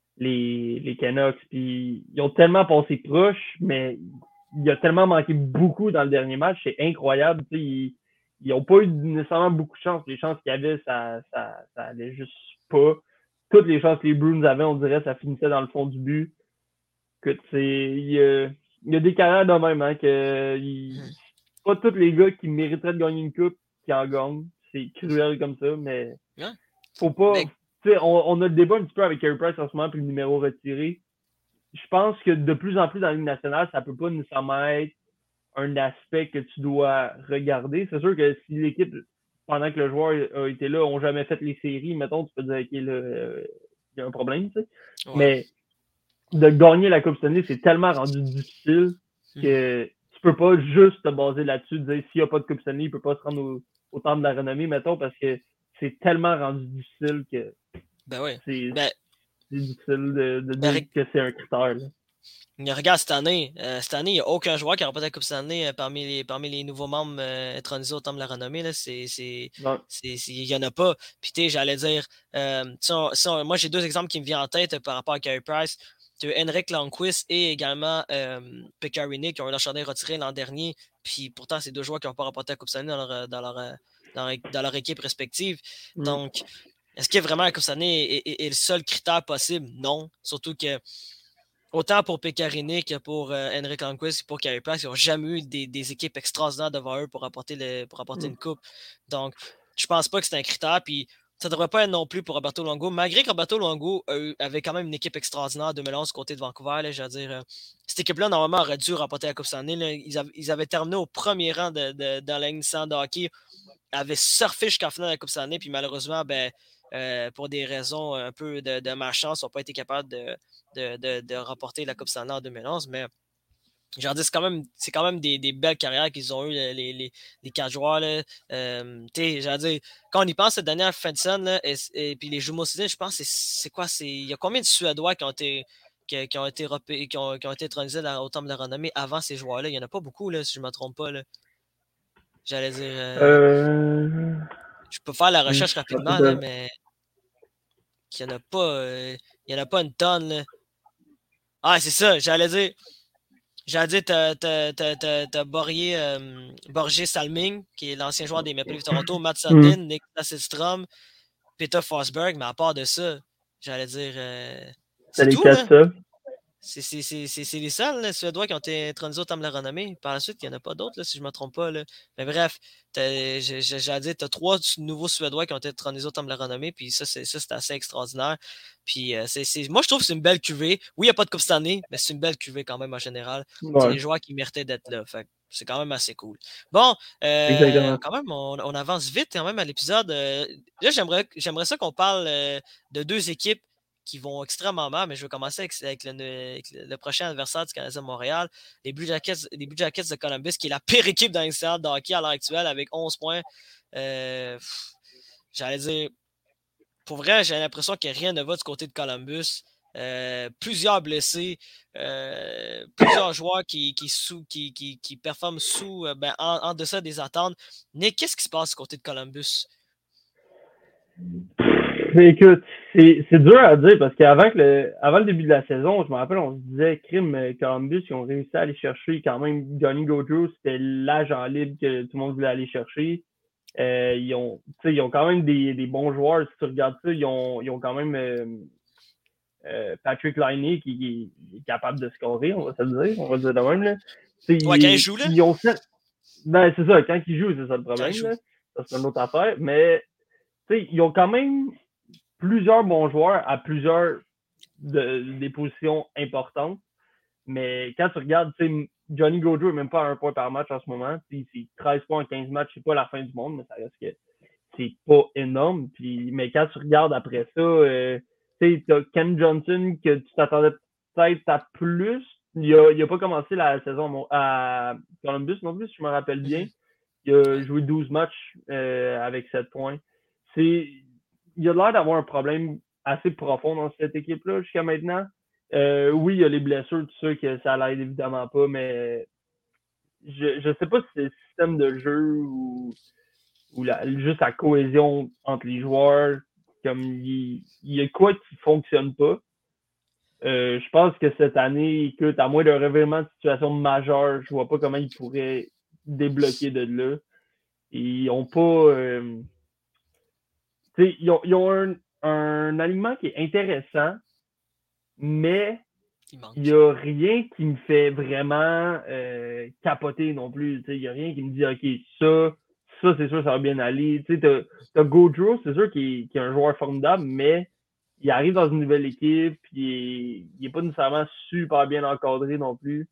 Speaker 4: les, les Canucks. Puis ils ont tellement passé proche, mais il a tellement manqué beaucoup dans le dernier match. C'est incroyable. Ils n'ont pas eu nécessairement beaucoup de chance. Les chances qu'il y avait, ça, ça, ça allait juste pas. Toutes les chances que les Bruins avaient, on dirait, ça finissait dans le fond du but. Écoute, c'est... Il, euh, il y a des carrières de même, hein, que il... pas tous les gars qui mériteraient de gagner une coupe qui en gagnent. C'est cruel comme ça, mais
Speaker 3: ouais.
Speaker 4: faut pas.
Speaker 3: Mais...
Speaker 4: Tu sais, on, on a le débat un petit peu avec Carey Price en ce moment, puis le numéro retiré. Je pense que de plus en plus dans la Ligue nationale, ça peut pas nécessairement être un aspect que tu dois regarder. C'est sûr que si l'équipe, pendant que le joueur a été là, ont jamais fait les séries, mettons, tu peux dire, OK, là, euh, il y a un problème, tu sais. Ouais. Mais de gagner la Coupe Stanley, c'est tellement rendu difficile que mmh. tu peux pas juste te baser là-dessus, de dire s'il n'y a pas de Coupe Stanley, il peut pas se rendre au, au temps de la renommée, mettons, parce que c'est tellement rendu difficile que
Speaker 3: ben oui.
Speaker 4: c'est,
Speaker 3: ben,
Speaker 4: c'est difficile de, de
Speaker 3: ben,
Speaker 4: dire que c'est un critère. Là.
Speaker 3: Regarde, cette année, euh, cette année, il n'y a aucun joueur qui a remporté la Coupe Stanley euh, parmi, les, parmi les nouveaux membres euh, intronisés au temps de la renommée. Là, c'est, c'est, c'est, c'est, il n'y en a pas. Puis, tu sais, j'allais dire, euh, on, on, moi, j'ai deux exemples qui me viennent en tête par rapport à Carey Price. Tu as Henrik Lundqvist et également euh, Pekka Rinne qui ont eu leur chandail retiré l'an dernier. Puis, pourtant, c'est deux joueurs qui n'ont pas remporté la Coupe Stanley dans leur, dans leur, dans leur, dans leur équipe respective. Mm. Donc, est-ce que vraiment la Coupe Stanley est, est, est le seul critère possible? Non. Surtout que autant pour Pekka Rinne que pour euh, Henrik Lundqvist et pour Carey Price, ils n'ont jamais eu des, des équipes extraordinaires devant eux pour apporter, le, pour apporter mm. une coupe. Donc, je pense pas que c'est un critère. Puis, ça ne devrait pas être non plus pour Roberto Luongo. Malgré que Roberto Luongo euh, avait quand même une équipe extraordinaire en deux mille onze côté de Vancouver. Là, je veux dire, euh, cette équipe-là, normalement, aurait dû remporter la Coupe Stanley. Là. Ils, avaient, ils avaient terminé au premier rang de, de, dans la Ligue nationale de hockey. Ils avaient surfé jusqu'à la finale de la Coupe Stanley. Puis, malheureusement, ben, euh, pour des raisons un peu de, de malchance, ils n'ont pas été capables de. De, de, de remporter la Coupe Stanley en deux mille onze, mais j'en dis, c'est quand même, c'est quand même des, des belles carrières qu'ils ont eues, les, les, les quatre joueurs. Là. Euh, j'en dis, quand on y pense, Daniel Fredson là, et, et puis les jumeaux Sedin, je pense, c'est, c'est quoi? C'est, il y a combien de Suédois qui ont été, qui, qui ont été, qui ont, qui ont été intronisés au temps de la renommée avant ces joueurs-là? Il n'y en a pas beaucoup, là, si je ne me trompe pas. Là. J'allais dire... Euh, euh... Je peux faire la recherche rapidement, là, mais il n'y en a pas... Euh, il n'y en a pas une tonne, là. Ah, c'est ça, j'allais dire. J'allais dire, t'as, t'as, t'as, t'as, t'as Borgé, euh, Borgé Salming, qui est l'ancien joueur des Maple Leafs Toronto, Matt Sundin, mm. Niklas Sedstrom, Peter Forsberg, mais à part de ça, j'allais dire. Euh, c'est, c'est tout, là. Ça. C'est, c'est, c'est, c'est, c'est les seuls, les Suédois qui ont été intronisés au temps de la renommée. Par la suite, il n'y en a pas d'autres, là, si je ne me trompe pas. Là. Mais bref, j'allais dire, tu as trois nouveaux Suédois qui ont été intronisés au temps de la renommée, puis ça, c'est, ça, c'est assez extraordinaire. Puis euh, c'est, c'est, moi, je trouve que c'est une belle cuvée. Oui, il n'y a pas de Coupe cette année, mais c'est une belle cuvée quand même en général. Ouais. C'est des joueurs qui méritaient d'être là. Fait c'est quand même assez cool. Bon, euh, quand même, on, on avance vite quand même à l'épisode. Euh, là, j'aimerais, j'aimerais ça qu'on parle euh, de deux équipes qui vont extrêmement mal, mais je vais commencer avec, avec, le, avec le prochain adversaire du Canadien de Montréal, les Blue Jackets, les Blue Jackets de Columbus, qui est la pire équipe dans l'histoire de hockey à l'heure actuelle, avec onze points. Euh, j'allais dire, pour vrai, j'ai l'impression que rien ne va du côté de Columbus. Euh, plusieurs blessés, euh, plusieurs joueurs qui, qui, sous, qui, qui, qui performent sous, euh, ben, en, en deçà des attentes. Nick, qu'est-ce qui se passe du côté de Columbus?
Speaker 4: Écoute, c'est, c'est dur à dire parce qu'avant que le, avant le début de la saison, je me rappelle, on se disait, crime, Columbus, ils ont réussi à aller chercher quand même Johnny Gaudreau, c'était l'agent libre que tout le monde voulait aller chercher. Euh, ils ont, ils ont quand même des, des bons joueurs. Si tu regardes ça, ils ont, ils ont quand même euh, euh, Patrick Laine qui, qui, qui est capable de scorer, on va se le dire, on va le dire de même. Là.
Speaker 3: Ouais, quand il joue, là?
Speaker 4: Ils ont fait... Ben, c'est ça, quand ils jouent, c'est ça le problème. Là. Ça, c'est une autre affaire. Mais ils ont quand même plusieurs bons joueurs à plusieurs de, des positions importantes. Mais quand tu regardes, Johnny Gaudreau n'est même pas à un point par match en ce moment. C'est treize points en quinze matchs, c'est pas la fin du monde, mais ça reste que c'est pas énorme. Puis, mais quand tu regardes après ça, euh, tu sais, Ken Johnson, que tu t'attendais peut-être à plus. Il a, il a pas commencé la saison à Columbus non plus, si je me rappelle bien. Il a joué douze matchs euh, avec sept points. C'est, il a l'air d'avoir un problème assez profond dans cette équipe-là jusqu'à maintenant. Euh, oui, il y a les blessures, tout ça, que ça l'aide évidemment pas, mais je je sais pas si c'est le système de jeu ou, ou la, juste la cohésion entre les joueurs. Comme il, il y a quoi qui fonctionne pas. Euh, je pense que cette année, écoute, à moins d'un revirement de situation majeur, je vois pas comment ils pourraient débloquer de là. Ils ont pas... Euh, tu sais, ils ont, ils ont un, un alignement qui est intéressant, mais il n'y a rien qui me fait vraiment euh, capoter non plus. Il n'y a rien qui me dit, OK, ça, ça c'est sûr, ça va bien aller. Tu sais, t'as Gaudreau, c'est sûr qu'il est un joueur formidable, mais il arrive dans une nouvelle équipe, puis il n'est pas nécessairement super bien encadré non plus.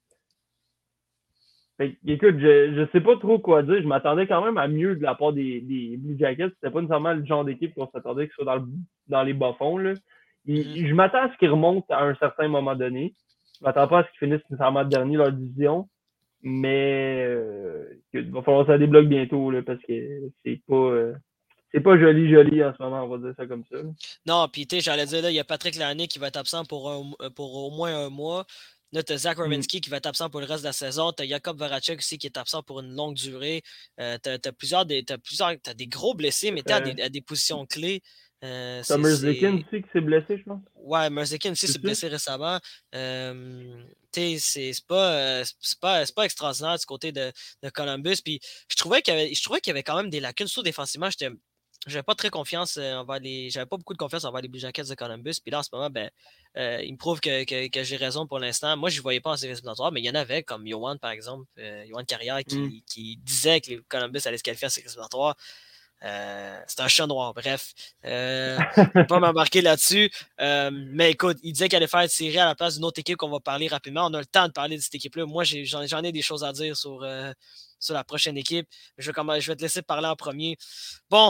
Speaker 4: Fait, écoute, je ne sais pas trop quoi dire. Je m'attendais quand même à mieux de la part des, des Blue Jackets. C'était pas nécessairement le genre d'équipe qu'on s'attendait qu'ils soient dans, le, dans les bas-fonds. Là. Mm-hmm. Je m'attends à ce qu'ils remontent à un certain moment donné. Je m'attends pas à ce qu'ils finissent nécessairement dernier leur division. Mais euh, il va falloir que ça débloque bientôt là, parce que c'est pas. Euh, c'est pas joli, joli en ce moment, on va dire ça comme ça.
Speaker 3: Non, puis tu sais, j'allais dire, là, il y a Patrick Laine qui va être absent pour, un, pour au moins un mois. Là, tu as Zach Werenski mm. qui va être absent pour le reste de la saison. Tu as Jakub Voracek aussi qui est absent pour une longue durée. Euh, tu as plusieurs, des, t'as plusieurs t'as des gros blessés, mais tu es à, euh, à des positions clés.
Speaker 4: Euh, T'as Merzlikins aussi qui s'est blessé, je pense.
Speaker 3: Ouais, Merzlikins aussi s'est blessé récemment. Euh, tu sais, c'est pas, c'est pas, pas extraordinaire du côté de, de Columbus. Puis je trouvais qu'il y avait, je trouvais qu'il y avait quand même des lacunes, surtout défensivement. J'étais J'avais pas très confiance envers les. J'avais pas beaucoup de confiance envers les Blue Jackets de Columbus. Puis là, en ce moment, ben, euh, il me prouve que, que, que j'ai raison pour l'instant. Moi, je ne voyais pas en séries éliminatoires, mais il y en avait, comme Yohan, par exemple, euh, Yohan Carrière, qui, mm. qui disait que les Columbus allaient se qualifier en séries éliminatoires. Euh, c'est un chat noir, bref. Euh, je ne vais pas m'embarquer là-dessus. Euh, mais écoute, il disait qu'il allait faire une série à la place d'une autre équipe qu'on va parler rapidement. On a le temps de parler de cette équipe-là. Moi, j'ai, j'en, j'en ai des choses à dire sur, euh, sur la prochaine équipe. Je vais, je vais te laisser parler en premier. Bon.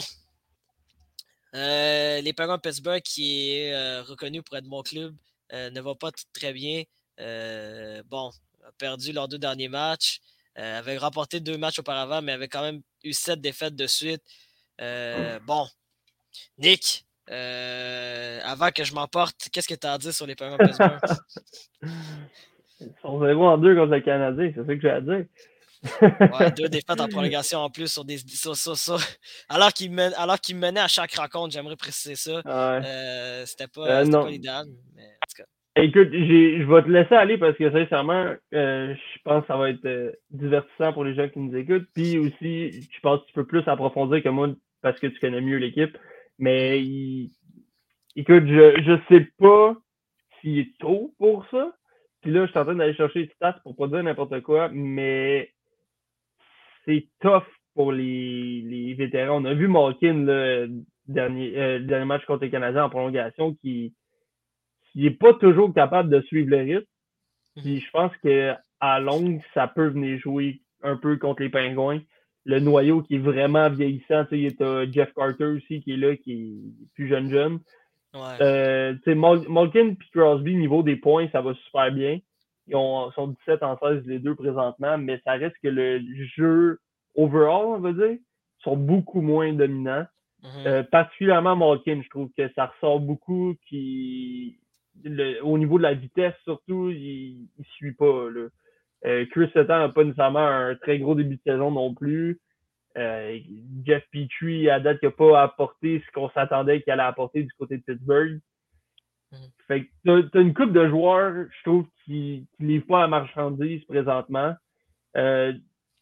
Speaker 3: Euh, les Penguins de Pittsburgh, qui est euh, reconnu pour être mon club, euh, ne va pas t- très bien. Euh, bon, a perdu leurs deux derniers matchs. Euh, avait remporté deux matchs auparavant, mais avait quand même eu sept défaites de suite. Euh, bon, Nick, euh, avant que je m'emporte, qu'est-ce que tu as à dire sur les Penguins de Pittsburgh?
Speaker 4: Ils sont zéro en deux contre le Canadien, c'est ça que j'ai à dire.
Speaker 3: Ouais, deux défaites en prolongation en plus sur des sur, sur, sur... alors qu'ils men... alors qu'ils menaient à chaque rencontre, j'aimerais préciser ça. Ouais. Euh, c'était pas, euh, c'était pas l'idéal, mais en tout cas.
Speaker 4: Écoute, j'ai... je vais te laisser aller parce que sincèrement, euh, je pense que ça va être euh, divertissant pour les gens qui nous écoutent. Puis aussi, je pense que tu peux plus approfondir que moi parce que tu connais mieux l'équipe. Mais il... écoute, je je sais pas s'il est tôt pour ça. Puis là, je suis en train d'aller chercher les stats pour pas dire n'importe quoi, mais c'est tough pour les, les vétérans. On a vu Malkin le dernier, euh, le dernier match contre les Canadiens en prolongation qui n'est pas toujours capable de suivre le rythme. Puis je pense qu'à longue, ça peut venir jouer un peu contre les Pingouins. Le noyau qui est vraiment vieillissant. Il y a Jeff Carter aussi qui est là, qui est plus jeune jeune.
Speaker 3: Ouais.
Speaker 4: Euh, Mal- Malkin et Crosby, niveau des points, ça va super bien. Ils ont, sont dix-sept en seize les deux présentement, mais ça reste que le jeu overall, on va dire, sont beaucoup moins dominants.
Speaker 3: Mm-hmm.
Speaker 4: Euh, particulièrement Malkin, je trouve que ça ressort beaucoup. Qui, le, au niveau de la vitesse, surtout, il ne suit pas. Là. Euh, Chris Letang n'a pas nécessairement un très gros début de saison non plus. Euh, Jeff Petrie, à date, n'a pas apporté ce qu'on s'attendait qu'il allait apporter du côté de Pittsburgh. Mm-hmm. Fait que t'as, t'as une couple de joueurs, je trouve, qui ne livrent pas la marchandise présentement. Euh,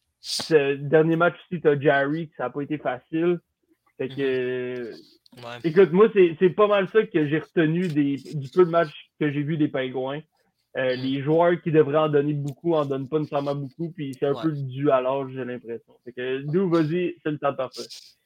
Speaker 4: ce dernier match aussi, t'as Jarry, que ça n'a pas été facile. Fait que, mm-hmm. ouais. Écoute, moi, c'est, c'est pas mal ça que j'ai retenu des, du peu de matchs que j'ai vu des Pingouins. Euh, mm. Les joueurs qui devraient en donner beaucoup en donnent pas nécessairement beaucoup, puis c'est un ouais. peu dû à l'âge, j'ai l'impression. Fait que, d'où vas-y, c'est le temps parfait.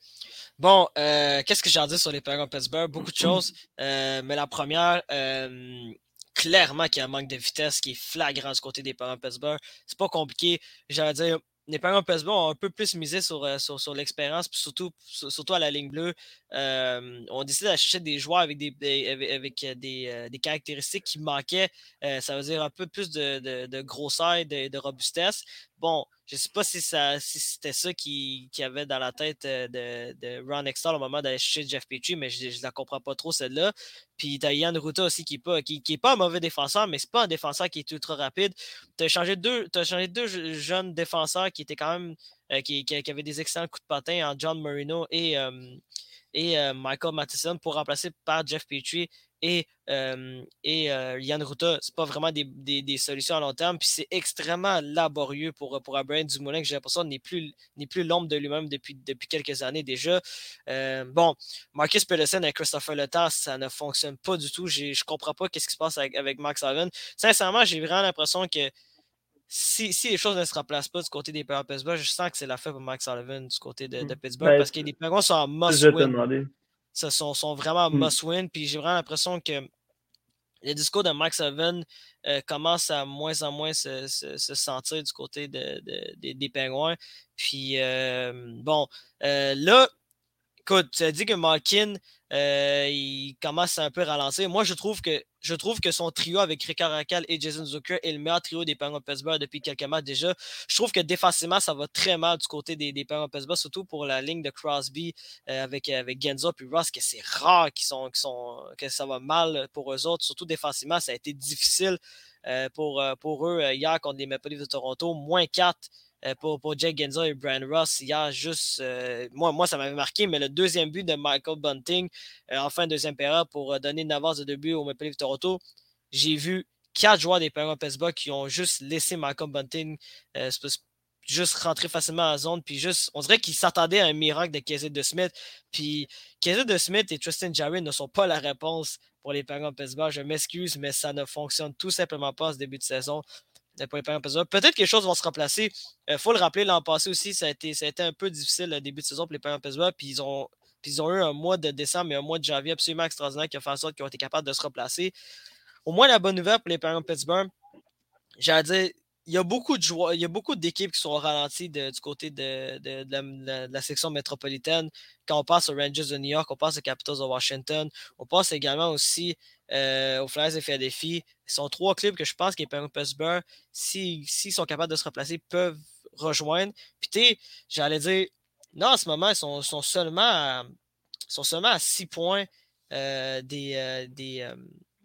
Speaker 3: Bon, euh, qu'est-ce que j'ai à dire sur les Penguins de Pittsburgh? Beaucoup de choses, euh, mais la première, euh, clairement qu'il y a un manque de vitesse qui est flagrant du côté des Penguins de Pittsburgh. C'est pas compliqué, j'allais dire. Les Penguins de Pittsburgh ont un peu plus misé sur, sur, sur l'expérience, puis surtout, surtout à la ligne bleue. Euh, on décide d'aller chercher des joueurs avec des, des, avec des, euh, des caractéristiques qui manquaient. Euh, ça veut dire un peu plus de, de, de grosseur et de, de robustesse. Bon, je ne sais pas si, ça, si c'était ça qu'il qui avait dans la tête de, de Ron Extall au moment d'aller chercher Jeff Petrie, mais je ne la comprends pas trop, celle-là. Puis tu as Jan Rutta aussi qui n'est pas, qui, qui est pas un mauvais défenseur, mais ce n'est pas un défenseur qui est ultra rapide. Tu as changé deux, t'as changé deux jeunes défenseurs qui étaient quand même euh, qui, qui, qui avaient des excellents coups de patin en John Marino et, euh, et euh, Michael Matheson pour remplacer par Jeff Petrie et, euh, et euh, Jan Rutta. C'est pas vraiment des, des, des solutions à long terme, puis c'est extrêmement laborieux pour, pour un Brian Dumoulin que j'ai l'impression n'est plus, n'est plus l'ombre de lui-même depuis, depuis quelques années déjà. Euh, bon, Marcus Pedersen et Christopher Letang, ça ne fonctionne pas du tout. Je comprends pas ce qui se passe avec, avec Max Sullivan. Sincèrement, j'ai vraiment l'impression que Si, si les choses ne se remplacent pas du côté des Penguins de Pittsburgh, je sens que c'est la fin pour Max Sullivan du côté de, de Pittsburgh ben, parce que les Penguins sont en must-win. Ils sont, sont vraiment en must-win. Puis j'ai vraiment l'impression que le discours de Max Sullivan euh, commence à moins en moins se, se, se sentir du côté de, de, de, des Penguins. Puis euh, bon, euh, là, écoute, tu as dit que Malkin, euh, il commence à un peu ralentir. Moi, je trouve que je trouve que son trio avec Rickard Rakell et Jason Zucker est le meilleur trio des Penguins de Pittsburgh depuis quelques matchs déjà. Je trouve que défensivement, ça va très mal du côté des, des Penguins de Pittsburgh, surtout pour la ligne de Crosby euh, avec, avec Genza puis Ross, que c'est rare qu'ils sont, qu'ils sont, que ça va mal pour eux autres. Surtout défensivement, ça a été difficile euh, pour, pour eux hier contre les Maple Leafs de Toronto. moins quatre. Pour, pour Jake Genza et Brian Ross hier, juste euh, moi, moi ça m'avait marqué, mais le deuxième but de Michael Bunting euh, en fin de deuxième période pour euh, donner une avance de deux buts au Maple Leafs de Toronto, j'ai vu quatre joueurs des Penguins de Pittsburgh qui ont juste laissé Michael Bunting euh, juste rentrer facilement à la zone, puis juste, on dirait qu'ils s'attendaient à un miracle de Casey DeSmith, puis Casey DeSmith et Tristan Jarry ne sont pas la réponse pour les Penguins de Pittsburgh, je m'excuse, mais ça ne fonctionne tout simplement pas en ce début de saison. Pour les Penguins de Pittsburgh. Peut-être que les choses vont se remplacer. Il euh, faut le rappeler, l'an passé aussi, ça a été, ça a été un peu difficile le début de saison pour les Penguins de Pittsburgh. Puis ils ont, puis ils ont eu un mois de décembre et un mois de janvier absolument extraordinaire qui a fait en sorte qu'ils ont été capables de se replacer. Au moins, la bonne nouvelle pour les Penguins de Pittsburgh, j'allais dire, il y a beaucoup de joueurs, il y a beaucoup d'équipes qui sont ralenties de, du côté de, de, de, la, de, la section métropolitaine. Quand on passe aux Rangers de New York, on passe aux Capitals de Washington, on passe également aussi euh, aux Flyers de Philadelphie. Ce sont trois clubs que je pense que les Penguins de Pittsburgh, s'ils si, si sont capables de se replacer, peuvent rejoindre. Puis tu sais, j'allais dire, non, en ce moment, ils sont, sont seulement à, sont seulement à six points euh, des, euh, des, euh,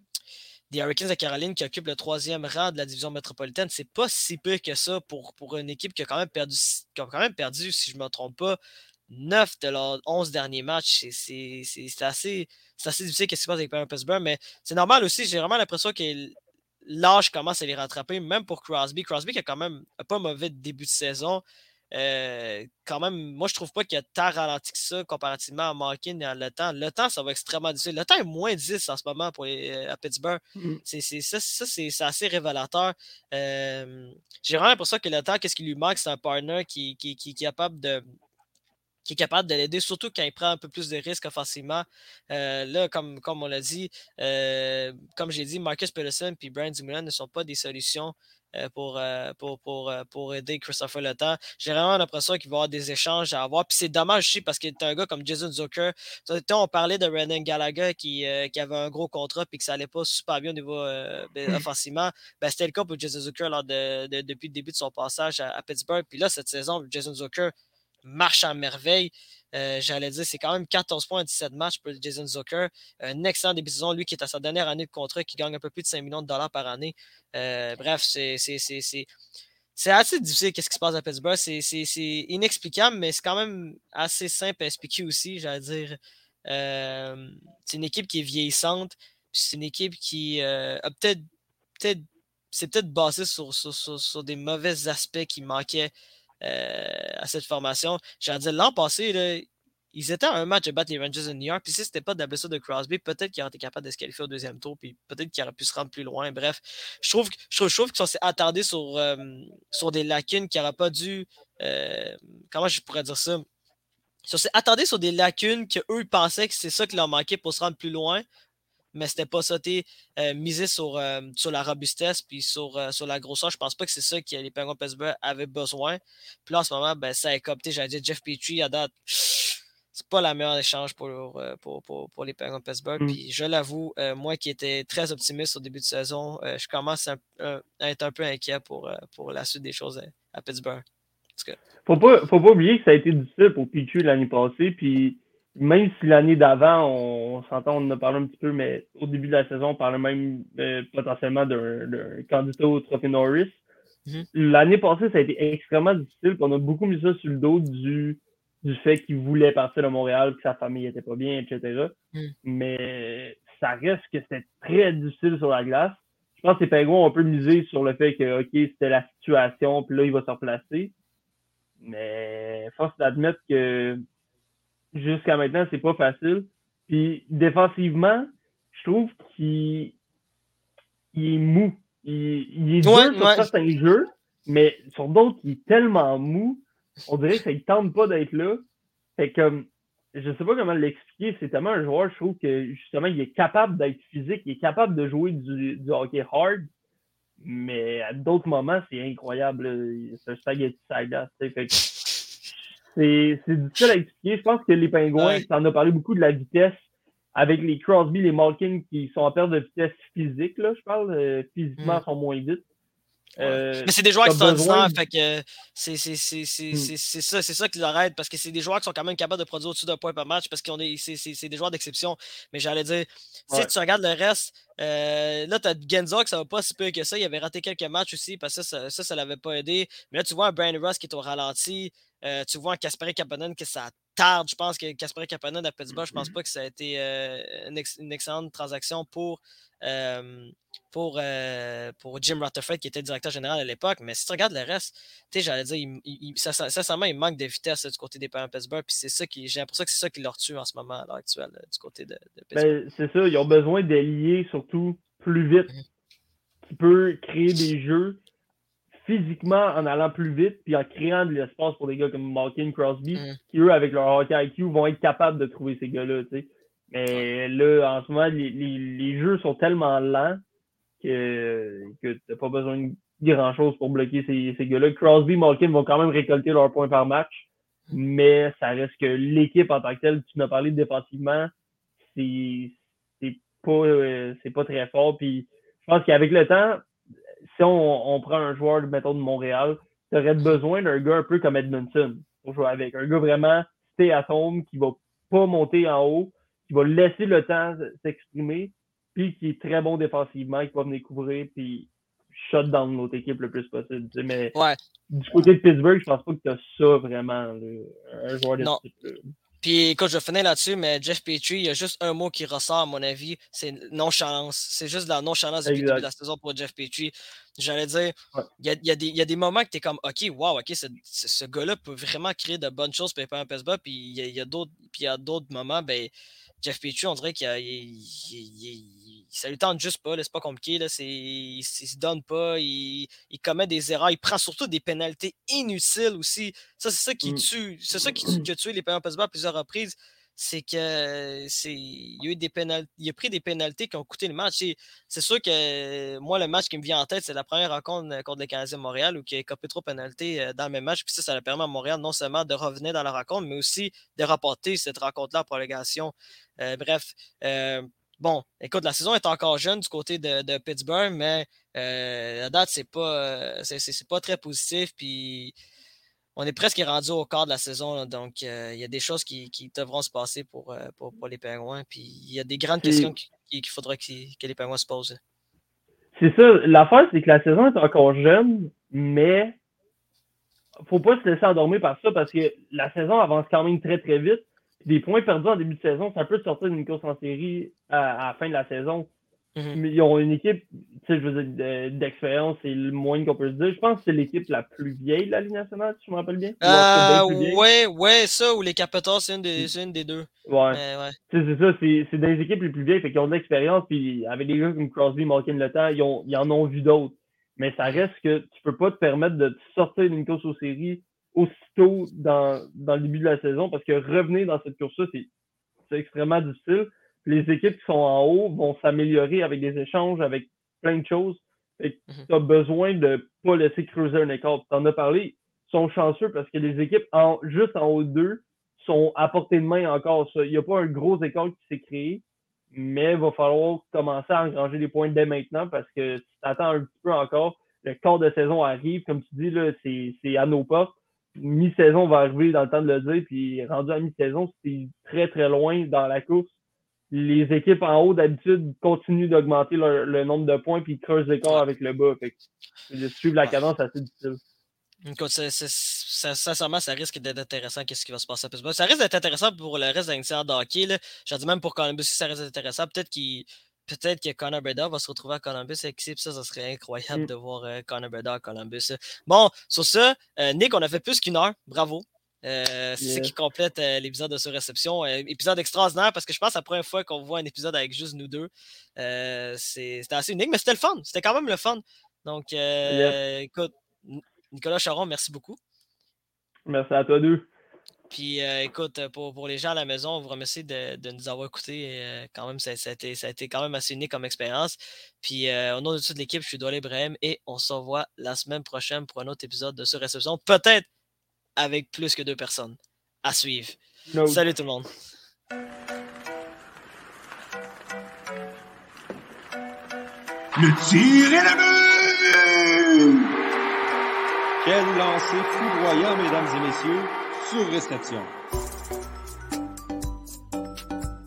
Speaker 3: des Hurricanes de Caroline qui occupent le troisième rang de la division métropolitaine. C'est pas si peu que ça pour, pour une équipe qui a quand même perdu, qui a quand même perdu, si je ne me trompe pas, neuf de leurs onze derniers matchs. C'est, c'est, c'est, c'est, assez, c'est assez difficile qu'est-ce qui se passe avec Penguins Pittsburgh, mais c'est normal aussi. J'ai vraiment l'impression que l'âge commence à les rattraper, même pour Crosby. Crosby qui a quand même pas un mauvais début de saison. Euh, quand même, moi je trouve pas qu'il y a tant ralenti que ça comparativement à Malkin et à Le Temps. Le Temps, ça va extrêmement difficile. Le Temps est moins dix en ce moment pour les, à Pittsburgh. Mm. C'est, c'est, ça, ça c'est, c'est assez révélateur. Euh, j'ai vraiment l'impression que Le Temps, qu'est-ce qui lui manque, c'est un partner qui, qui, qui, qui est capable de. qui qui est capable de l'aider, surtout quand il prend un peu plus de risques offensivement. Euh, là, comme, comme on l'a dit, euh, comme j'ai dit, Marcus Pettersson et Brian Dumoulin ne sont pas des solutions euh, pour, euh, pour, pour, euh, pour aider Christopher Le Temps. J'ai vraiment l'impression qu'il va y avoir des échanges à avoir. Puis c'est dommage aussi parce que tu as un gars comme Jason Zucker. On parlait de Brendan Gallagher qui, euh, qui avait un gros contrat et que ça allait pas super bien au niveau euh, offensivement. Ben, c'était le cas pour Jason Zucker lors de, de, depuis le début de son passage à, à Pittsburgh. Puis là, cette saison, Jason Zucker marche à merveille. Euh, J'allais dire, c'est quand même quatorze points en dix-sept matchs pour Jason Zucker. Un excellent début de saison, lui qui est à sa dernière année de contrat, qui gagne un peu plus de cinq millions de dollars par année. Euh, bref, c'est assez difficile qu'est-ce qui se passe à Pittsburgh. C'est inexplicable, mais c'est quand même assez simple à expliquer aussi, j'allais dire. Euh, c'est une équipe qui est vieillissante. C'est une équipe qui euh, a peut-être peut c'est peut-être basé sur, sur, sur, sur des mauvais aspects qui manquaient Euh, à cette formation. J'allais dire, l'an passé, là, ils étaient à un match de battre les Rangers de New York. Puis si c'était pas de la blessure de Crosby, peut-être qu'ils auraient été capables de se qualifier au deuxième tour. Puis peut-être qu'ils auraient pu se rendre plus loin. Bref, je trouve, je trouve, je trouve qu'ils sont attardés sur, euh, sur des lacunes qui n'auraient pas dû. Euh, comment je pourrais dire ça? Ils sont attardés sur des lacunes qu'eux pensaient que c'est ça qui leur manquait pour se rendre plus loin. Mais c'était pas ça. Euh, misé sur, euh, sur la robustesse puis sur, euh, sur la grosseur. Je pense pas que c'est ça que les Penguins de Pittsburgh avaient besoin. Puis là, en ce moment, ben, ça a copté. J'allais dire Jeff Petrie à date. C'est pas la meilleure échange pour, pour, pour, pour les Penguins de Pittsburgh. Mm. Puis je l'avoue, euh, moi qui étais très optimiste au début de saison, euh, je commence à, à être un peu inquiet pour, euh, pour la suite des choses à, à Pittsburgh.
Speaker 4: Faut pas, faut pas oublier que ça a été difficile pour Petrie l'année passée. Puis même si l'année d'avant, on, on s'entend, on en a parlé un petit peu, mais au début de la saison, on parlait même euh, potentiellement d'un candidat au Trophée Norris. Mm-hmm. L'année passée, ça a été extrêmement difficile. On a beaucoup mis ça sur le dos du, du fait qu'il voulait partir de Montréal, que sa famille était pas bien, et cetera. Mm. Mais ça reste que c'était très difficile sur la glace. Je pense que les Penguins ont un peu misé sur le fait que, OK, c'était la situation, puis là, il va se replacer. Mais force d'admettre que jusqu'à maintenant, c'est pas facile. Puis défensivement, je trouve qu'il il est mou. Il, il est
Speaker 3: ouais,
Speaker 4: dur sur
Speaker 3: ouais.
Speaker 4: certains jeux, mais sur d'autres, il est tellement mou. On dirait que ça ne tente pas d'être là. Fait que je sais pas comment l'expliquer. C'est tellement un joueur, je trouve que justement, il est capable d'être physique, il est capable de jouer du, du hockey hard. Mais à d'autres moments, c'est incroyable. C'est un spaghetti saga. Fait que c'est difficile à expliquer. Je pense que les Pingouins, ouais. T'en as parlé beaucoup de la vitesse avec les Crosby, les Malkin qui sont en perte de vitesse physique, là, je parle. Euh, physiquement, mm. sont moins vite.
Speaker 3: Ouais. Euh, mais c'est des joueurs extraordinaires, de... fait que c'est mm. ça, c'est ça qui leur aide, parce que c'est des joueurs qui sont quand même capables de produire au-dessus d'un point par match, parce que c'est des joueurs d'exception. Mais j'allais dire, ouais. si tu regardes le reste, euh, là, tu as Genzog, ça va pas si peu que ça. Il avait raté quelques matchs aussi, parce que ça, ça, ça, ça l'avait pas aidé. Mais là, tu vois un Brian Ross qui est au ralenti. Euh, tu vois un Kasperi Kapanen que ça tarde. Je pense que Kasperi Kapanen à Pittsburgh, je pense pas que ça a été euh, une, ex une excellente transaction pour, euh, pour, euh, pour Jim Rutherford, qui était directeur général à l'époque. Mais si tu regardes le reste, j'allais dire, il, il, ça, ça, sincèrement, il manque de vitesse là, du côté des Penguins de Pittsburgh. Puis c'est ça qui, j'ai l'impression que c'est ça qui leur tue en ce moment, à l'heure actuelle, là, du côté de, de Pittsburgh.
Speaker 4: Ben, c'est ça, ils ont besoin d'alliés surtout plus vite, mm-hmm. qui peut créer des jeux physiquement en allant plus vite, puis en créant de l'espace pour des gars comme Malkin, Crosby, mm. qui eux, avec leur hockey I Q, vont être capables de trouver ces gars-là, tu sais. Mais là, en ce moment, les, les, les jeux sont tellement lents que, que t'as pas besoin de grand-chose pour bloquer ces, ces gars-là. Crosby, Malkin vont quand même récolter leurs points par match, mais ça reste que l'équipe en tant que telle, tu m'as parlé de défensivement, c'est pas, euh, c'est pas très fort, puis je pense qu'avec le temps, si on, on prend un joueur, mettons, de Montréal, tu aurais besoin d'un gars un peu comme Edmondson pour jouer avec. Un gars vraiment stay at home, qui va pas monter en haut, qui va laisser le temps s'exprimer, puis qui est très bon défensivement, qui va venir couvrir, puis shut down notre équipe le plus possible. Tu sais. Mais
Speaker 3: ouais.
Speaker 4: du côté de Pittsburgh, je pense pas que tu as ça vraiment, là, un joueur de ce type-là.
Speaker 3: Puis écoute, je vais finir là-dessus, mais Jeff Petrie, il y a juste un mot qui ressort, à mon avis, c'est nonchalance. C'est juste de la nonchalance depuis le début de la saison pour Jeff Petrie. J'allais dire, il ouais. y, y, y a des moments que tu es comme, OK, wow, OK, ce, ce gars-là peut vraiment créer de bonnes choses pour les Penguins de Pittsburgh. Puis il y a, y a d'autres moments, ben, Jeff Petrie, on dirait qu'il ça lui tente juste pas, là, c'est pas compliqué, là, c'est, il, il se donne pas, il, il commet des erreurs, il prend surtout des pénalités inutiles aussi. Ça, c'est ça qui
Speaker 4: Mm.
Speaker 3: tue, c'est ça qui, qui a tué les Penguins Pittsburgh à plusieurs reprises. C'est que c'est, il y a eu des pénalités, il a pris des pénalités qui ont coûté le match. Et c'est sûr que moi, le match qui me vient en tête, c'est la première rencontre contre les Canadiens de Montréal où il a copé trop de pénalités dans le même match. Puis ça, ça a permis à Montréal non seulement de revenir dans la rencontre, mais aussi de remporter cette rencontre-là en prolongation. Euh, bref, euh, bon, écoute, la saison est encore jeune du côté de, de Pittsburgh, mais euh, la date, c'est pas, c'est, c'est, c'est pas très positif. Puis on est presque rendu au quart de la saison, là, donc il euh, y a des choses qui, qui devront se passer pour, euh, pour, pour les Penguins. Puis il y a des grandes
Speaker 4: C'est...
Speaker 3: questions qu'il, qu'il faudra qu'il, que les Penguins se posent.
Speaker 4: C'est ça. L'affaire, c'est que la saison est encore jeune, mais faut pas se laisser endormir par ça parce que la saison avance quand même très très vite. Des points perdus en début de saison, ça peut te sortir d'une course en série à, à la fin de la saison. Mm-hmm. Mais ils ont une équipe, tu sais, je veux dire, d'expérience, c'est le moins qu'on peut se dire. Je pense que c'est l'équipe la plus vieille de la Ligue nationale, si je me rappelle bien.
Speaker 3: Euh, ouais, ouais, ça, ou les Capitals, c'est une des, c'est une des deux.
Speaker 4: Ouais.
Speaker 3: Mais, ouais.
Speaker 4: C'est, c'est ça, c'est, c'est des équipes les plus vieilles, fait qu'ils ont de l'expérience, puis avec des gars comme Crosby, Malkin, le temps, ils, ont, ils en ont vu d'autres. Mais ça reste que tu peux pas te permettre de te sortir d'une course aux séries aussitôt dans, dans le début de la saison, parce que revenir dans cette course-là, c'est, c'est extrêmement difficile. Les équipes qui sont en haut vont s'améliorer avec des échanges, avec plein de choses. Tu as besoin de pas laisser creuser un écart. Tu en as parlé, ils sont chanceux parce que les équipes en, juste en haut d'eux sont à portée de main encore. Il n'y a pas un gros écart qui s'est créé, mais il va falloir commencer à engranger des points dès maintenant parce que si tu attends un petit peu encore, le quart de saison arrive. Comme tu dis, là, c'est, c'est à nos portes. Mi-saison va arriver dans le temps de le dire, puis rendu à mi-saison, c'est très très loin dans la course. Les équipes en haut, d'habitude, continuent d'augmenter leur, le nombre de points puis ils creusent l'écart avec le bas. Fait que de suivre la cadence, c'est assez difficile.
Speaker 3: Écoute, c'est, c'est, c'est, sincèrement, ça risque d'être intéressant qu'est-ce qui va se passer à Pittsburgh. Ça risque d'être intéressant pour le reste de l'initiaire de hockey. Là. Je dis même pour Columbus, si ça reste intéressant. Peut-être, qu'il, peut-être que Connor Bedard va se retrouver à Columbus avec ça. Ça, ça serait incroyable mm. de voir euh, Connor Bedard à Columbus. Bon, sur ça, euh, Nick, on a fait plus qu'une heure. Bravo. Euh, c'est yeah. ça qui complète euh, l'épisode de Surréception. Euh, épisode extraordinaire parce que je pense que c'est la première fois qu'on voit un épisode avec juste nous deux. Euh, c'est, c'était assez unique, mais c'était le fun. C'était quand même le fun. Donc, euh, yeah. écoute, Nicolas Charron, merci beaucoup.
Speaker 4: Merci à toi deux.
Speaker 3: Puis, euh, écoute, pour, pour les gens à la maison, on vous remercie de, de nous avoir écoutés. Euh, quand même, ça, ça, a été, ça a été quand même assez unique comme expérience. Puis, euh, au nom de toute l'équipe, je suis Doual Ibrahim et on se revoit la semaine prochaine pour un autre épisode de Surréception. Peut-être avec plus que deux personnes à suivre. No. Salut tout le monde.
Speaker 1: Le tir est le but!
Speaker 2: Quel lancer foudroyant, mesdames et messieurs, sur réception.